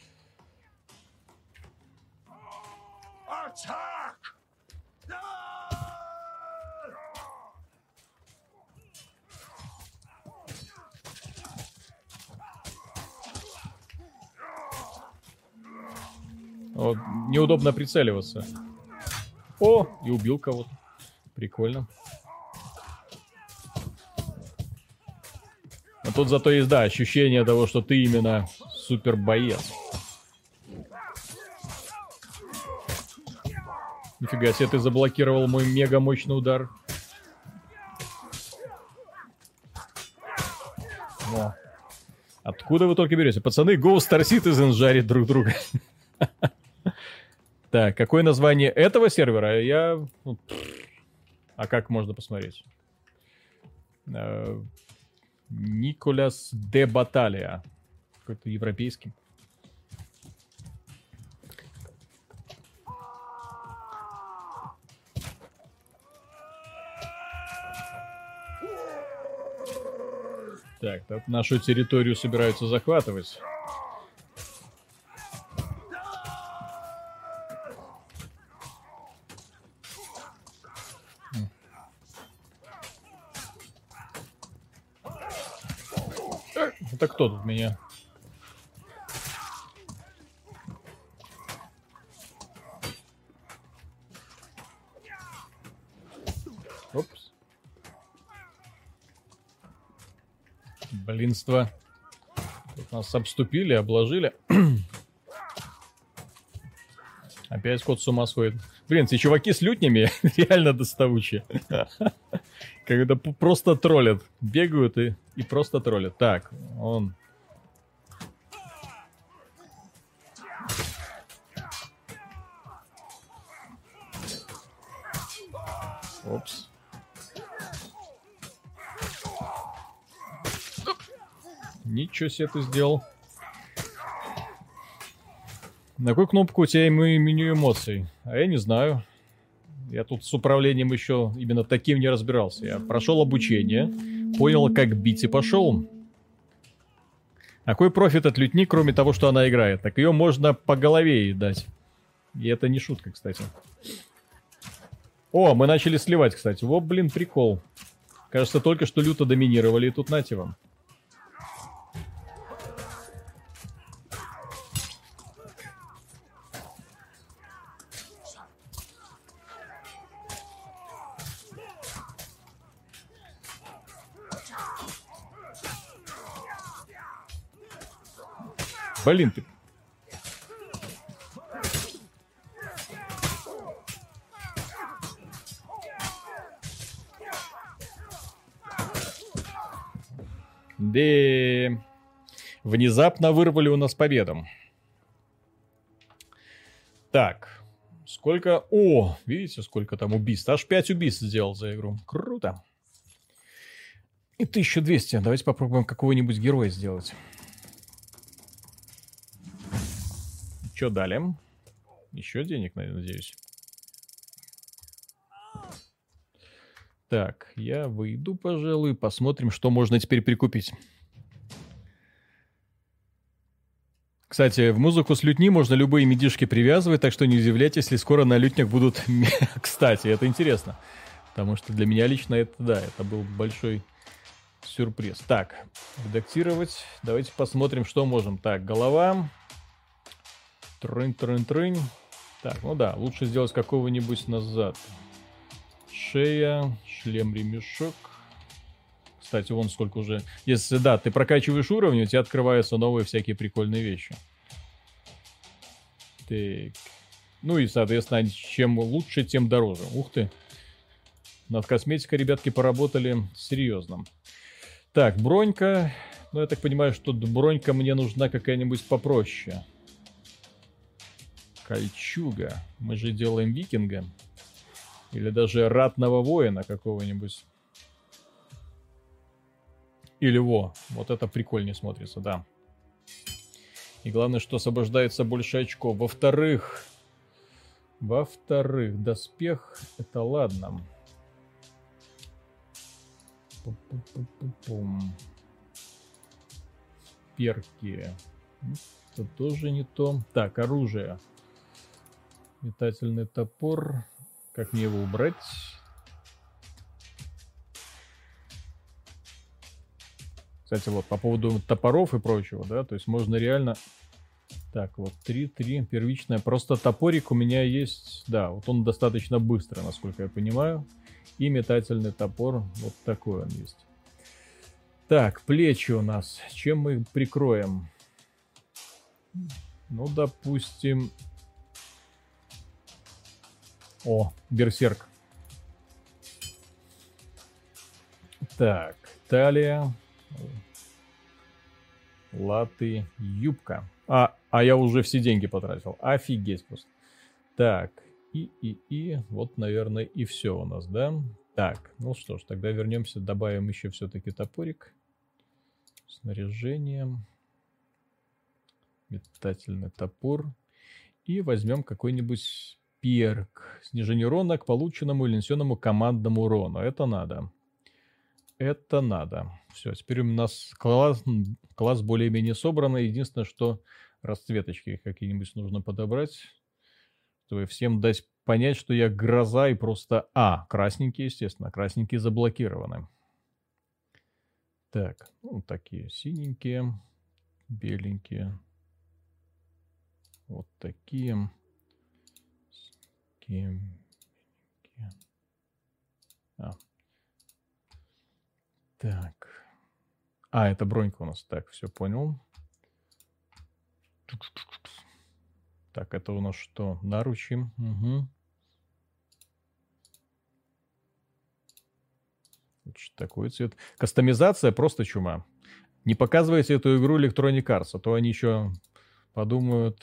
Вот, неудобно прицеливаться. О, и убил кого-то. Прикольно. А тут зато есть, да, ощущение того, что ты именно супер боец. Нифига себе, ты заблокировал мой мега мощный удар. Во. Откуда вы только берете? Пацаны, Go Star Citizen жарит друг друга. Так, какое название этого сервера? Я... А как можно посмотреть? Николас де Баталия. Какой-то европейский. Так, тут нашу территорию собираются захватывать. Это кто тут меня? Опс. Блинство. Тут нас обступили, обложили. Опять кот с ума сходит. Блин, эти чуваки с лютнями реально доставучие. Когда просто троллят. Бегают и, и просто троллят. Так, он... Опс. Ничего себе ты сделал. На какую кнопку у тебя меню эмоций? А я не знаю. Я тут с управлением еще именно таким не разбирался. Я прошел обучение, понял, как бить, и пошел. А какой профит от лютни, кроме того, что она играет? Так ее можно по голове ей дать. И это не шутка, кстати. О, мы начали сливать, кстати. Вот, блин, прикол. Кажется, только что люто доминировали, и тут нате вам. Блин, ты... Да. Внезапно вырвали у нас победу. Так. Сколько... О, видите, сколько там убийств. Аж пять убийств сделал за игру. Круто. И тысяча двести. Давайте попробуем какого-нибудь героя сделать. Что дали? Еще денег, надеюсь. Так, я выйду, пожалуй, посмотрим, что можно теперь прикупить. Кстати, в музыку с лютни можно любые мидишки привязывать, так что не удивляйтесь, если скоро на лютнях будут... Кстати, это интересно, потому что для меня лично это, да, это был большой сюрприз. Так, редактировать. Давайте посмотрим, что можем. Так, голова. Трынь-трынь-трынь. Так, ну да, лучше сделать какого-нибудь назад. Шея, шлем-ремешок. Кстати, вон сколько уже... Если, да, ты прокачиваешь уровни, у тебя открываются новые всякие прикольные вещи. Так. Ну и, соответственно, чем лучше, тем дороже. Ух ты. Над косметикой, ребятки, поработали серьезно. Так, бронька. Ну, я так понимаю, что бронька мне нужна какая-нибудь попроще. Кольчуга. Мы же делаем викинга. Или даже ратного воина какого-нибудь. Или во, вот это прикольнее смотрится, да. И главное, что освобождается больше очков. Во-вторых, во-вторых, доспех, это ладно. Пу-пу-пу-пу-пум. Перки. Это тоже не то. Так, оружие. Метательный топор. Как мне его убрать? Кстати, вот по поводу топоров и прочего, да, то есть можно реально... Так, вот три-три, первичная. Просто топорик у меня есть, да, вот он достаточно быстро, насколько я понимаю. И метательный топор, вот такой он есть. Так, плечи у нас. Чем мы прикроем? Ну, допустим... О, берсерк. Так, талия... Латы, юбка. А, а я уже все деньги потратил. Офигеть просто. Так, и, и, и, вот, наверное, и все у нас, да? Так, ну что ж, тогда вернемся, добавим еще все-таки топорик. Снаряжение. Метательный топор. И возьмем какой-нибудь перк. Снижение урона к полученному или нанесенному командному урону. Это надо. Это надо. Все, теперь у нас класс, класс более-менее собранный. Единственное, что расцветочки какие-нибудь нужно подобрать, чтобы всем дать понять, что я гроза и просто... А, красненькие, естественно. Красненькие заблокированы. Так, ну, такие синенькие, беленькие. Вот такие. Такие. А. Так. А, это бронька у нас. Так, все понял. Так, это у нас что? Наручи. Угу. Такой цвет. Кастомизация просто чума. Не показывайте эту игру Electronic Arts, а то они еще подумают...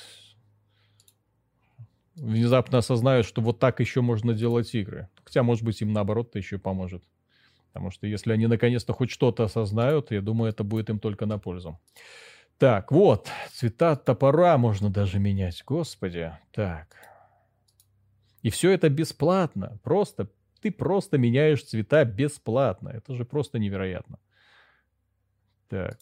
Внезапно осознают, что вот так еще можно делать игры. Хотя, может быть, им наоборот-то еще поможет. Потому что если они наконец-то хоть что-то осознают, я думаю, это будет им только на пользу. Так, вот. Цвета топора можно даже менять. Господи. Так. И все это бесплатно. Просто. Ты просто меняешь цвета бесплатно. Это же просто невероятно. Так.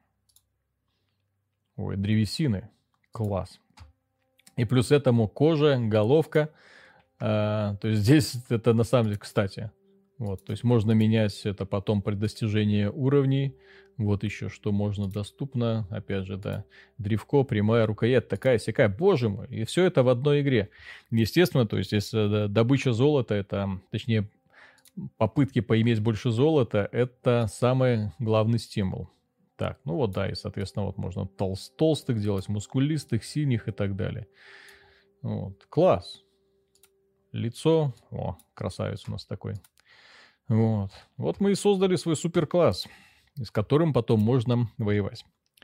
Ой, древесины. Класс. И плюс этому кожа, головка. А, то есть здесь это на самом деле, кстати... Вот, то есть можно менять это потом при достижении уровней. Вот еще что можно доступно. Опять же, да, древко, прямая рукоять, такая-сякая. Боже мой, и все это в одной игре. Естественно, то есть если добыча золота, это, точнее, попытки поиметь больше золота, это самый главный стимул. Так, ну вот да, и, соответственно, вот можно толст- толстых делать, мускулистых, синих и так далее. Вот, класс. Лицо, о, красавец у нас такой. Вот. Вот мы и создали свой суперкласс, с которым потом можно воевать.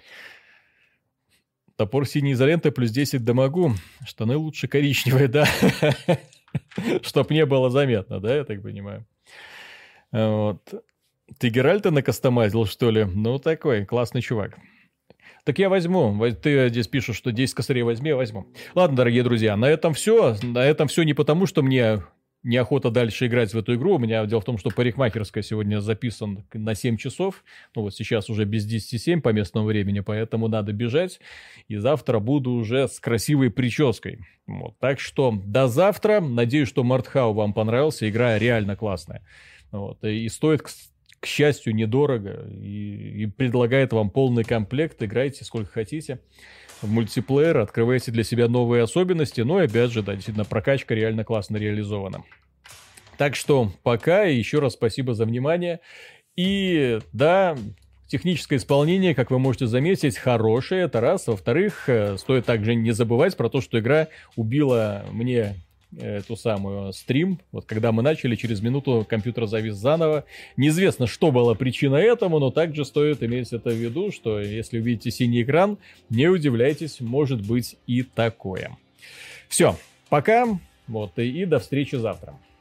Топор синей изоленты плюс десять дамагу. Штаны лучше коричневые, да? Чтоб не было заметно, да, я так понимаю. Вот. Ты Геральта накастомазил, что ли? Ну, такой классный чувак. Так я возьму. Ты здесь пишешь, что десять косарей возьми, я возьму. Ладно, дорогие друзья, на этом все. На этом все не потому, что мне неохота дальше играть в эту игру. У меня дело в том, что парикмахерская сегодня записан на семь часов. Ну вот сейчас уже без десяти семь по местному времени, поэтому надо бежать. И завтра буду уже с красивой прической. Вот. Так что до завтра. Надеюсь, что Мартхау вам понравился. Игра реально классная. Вот. И стоит, к, к счастью, недорого. И, и предлагает вам полный комплект. Играйте сколько хотите. В мультиплеер, открываете для себя новые особенности, но и опять же, да, действительно, прокачка реально классно реализована. Так что пока, и еще раз спасибо за внимание. И да, техническое исполнение, как вы можете заметить, хорошее, это раз. Во-вторых, стоит также не забывать про то, что игра убила мне эту самую стрим. Вот когда мы начали, через минуту компьютер завис заново. Неизвестно, что была причина этому, но также стоит иметь это в виду, что если увидите синий экран, не удивляйтесь, может быть и такое. Все, пока, вот, и, и до встречи завтра.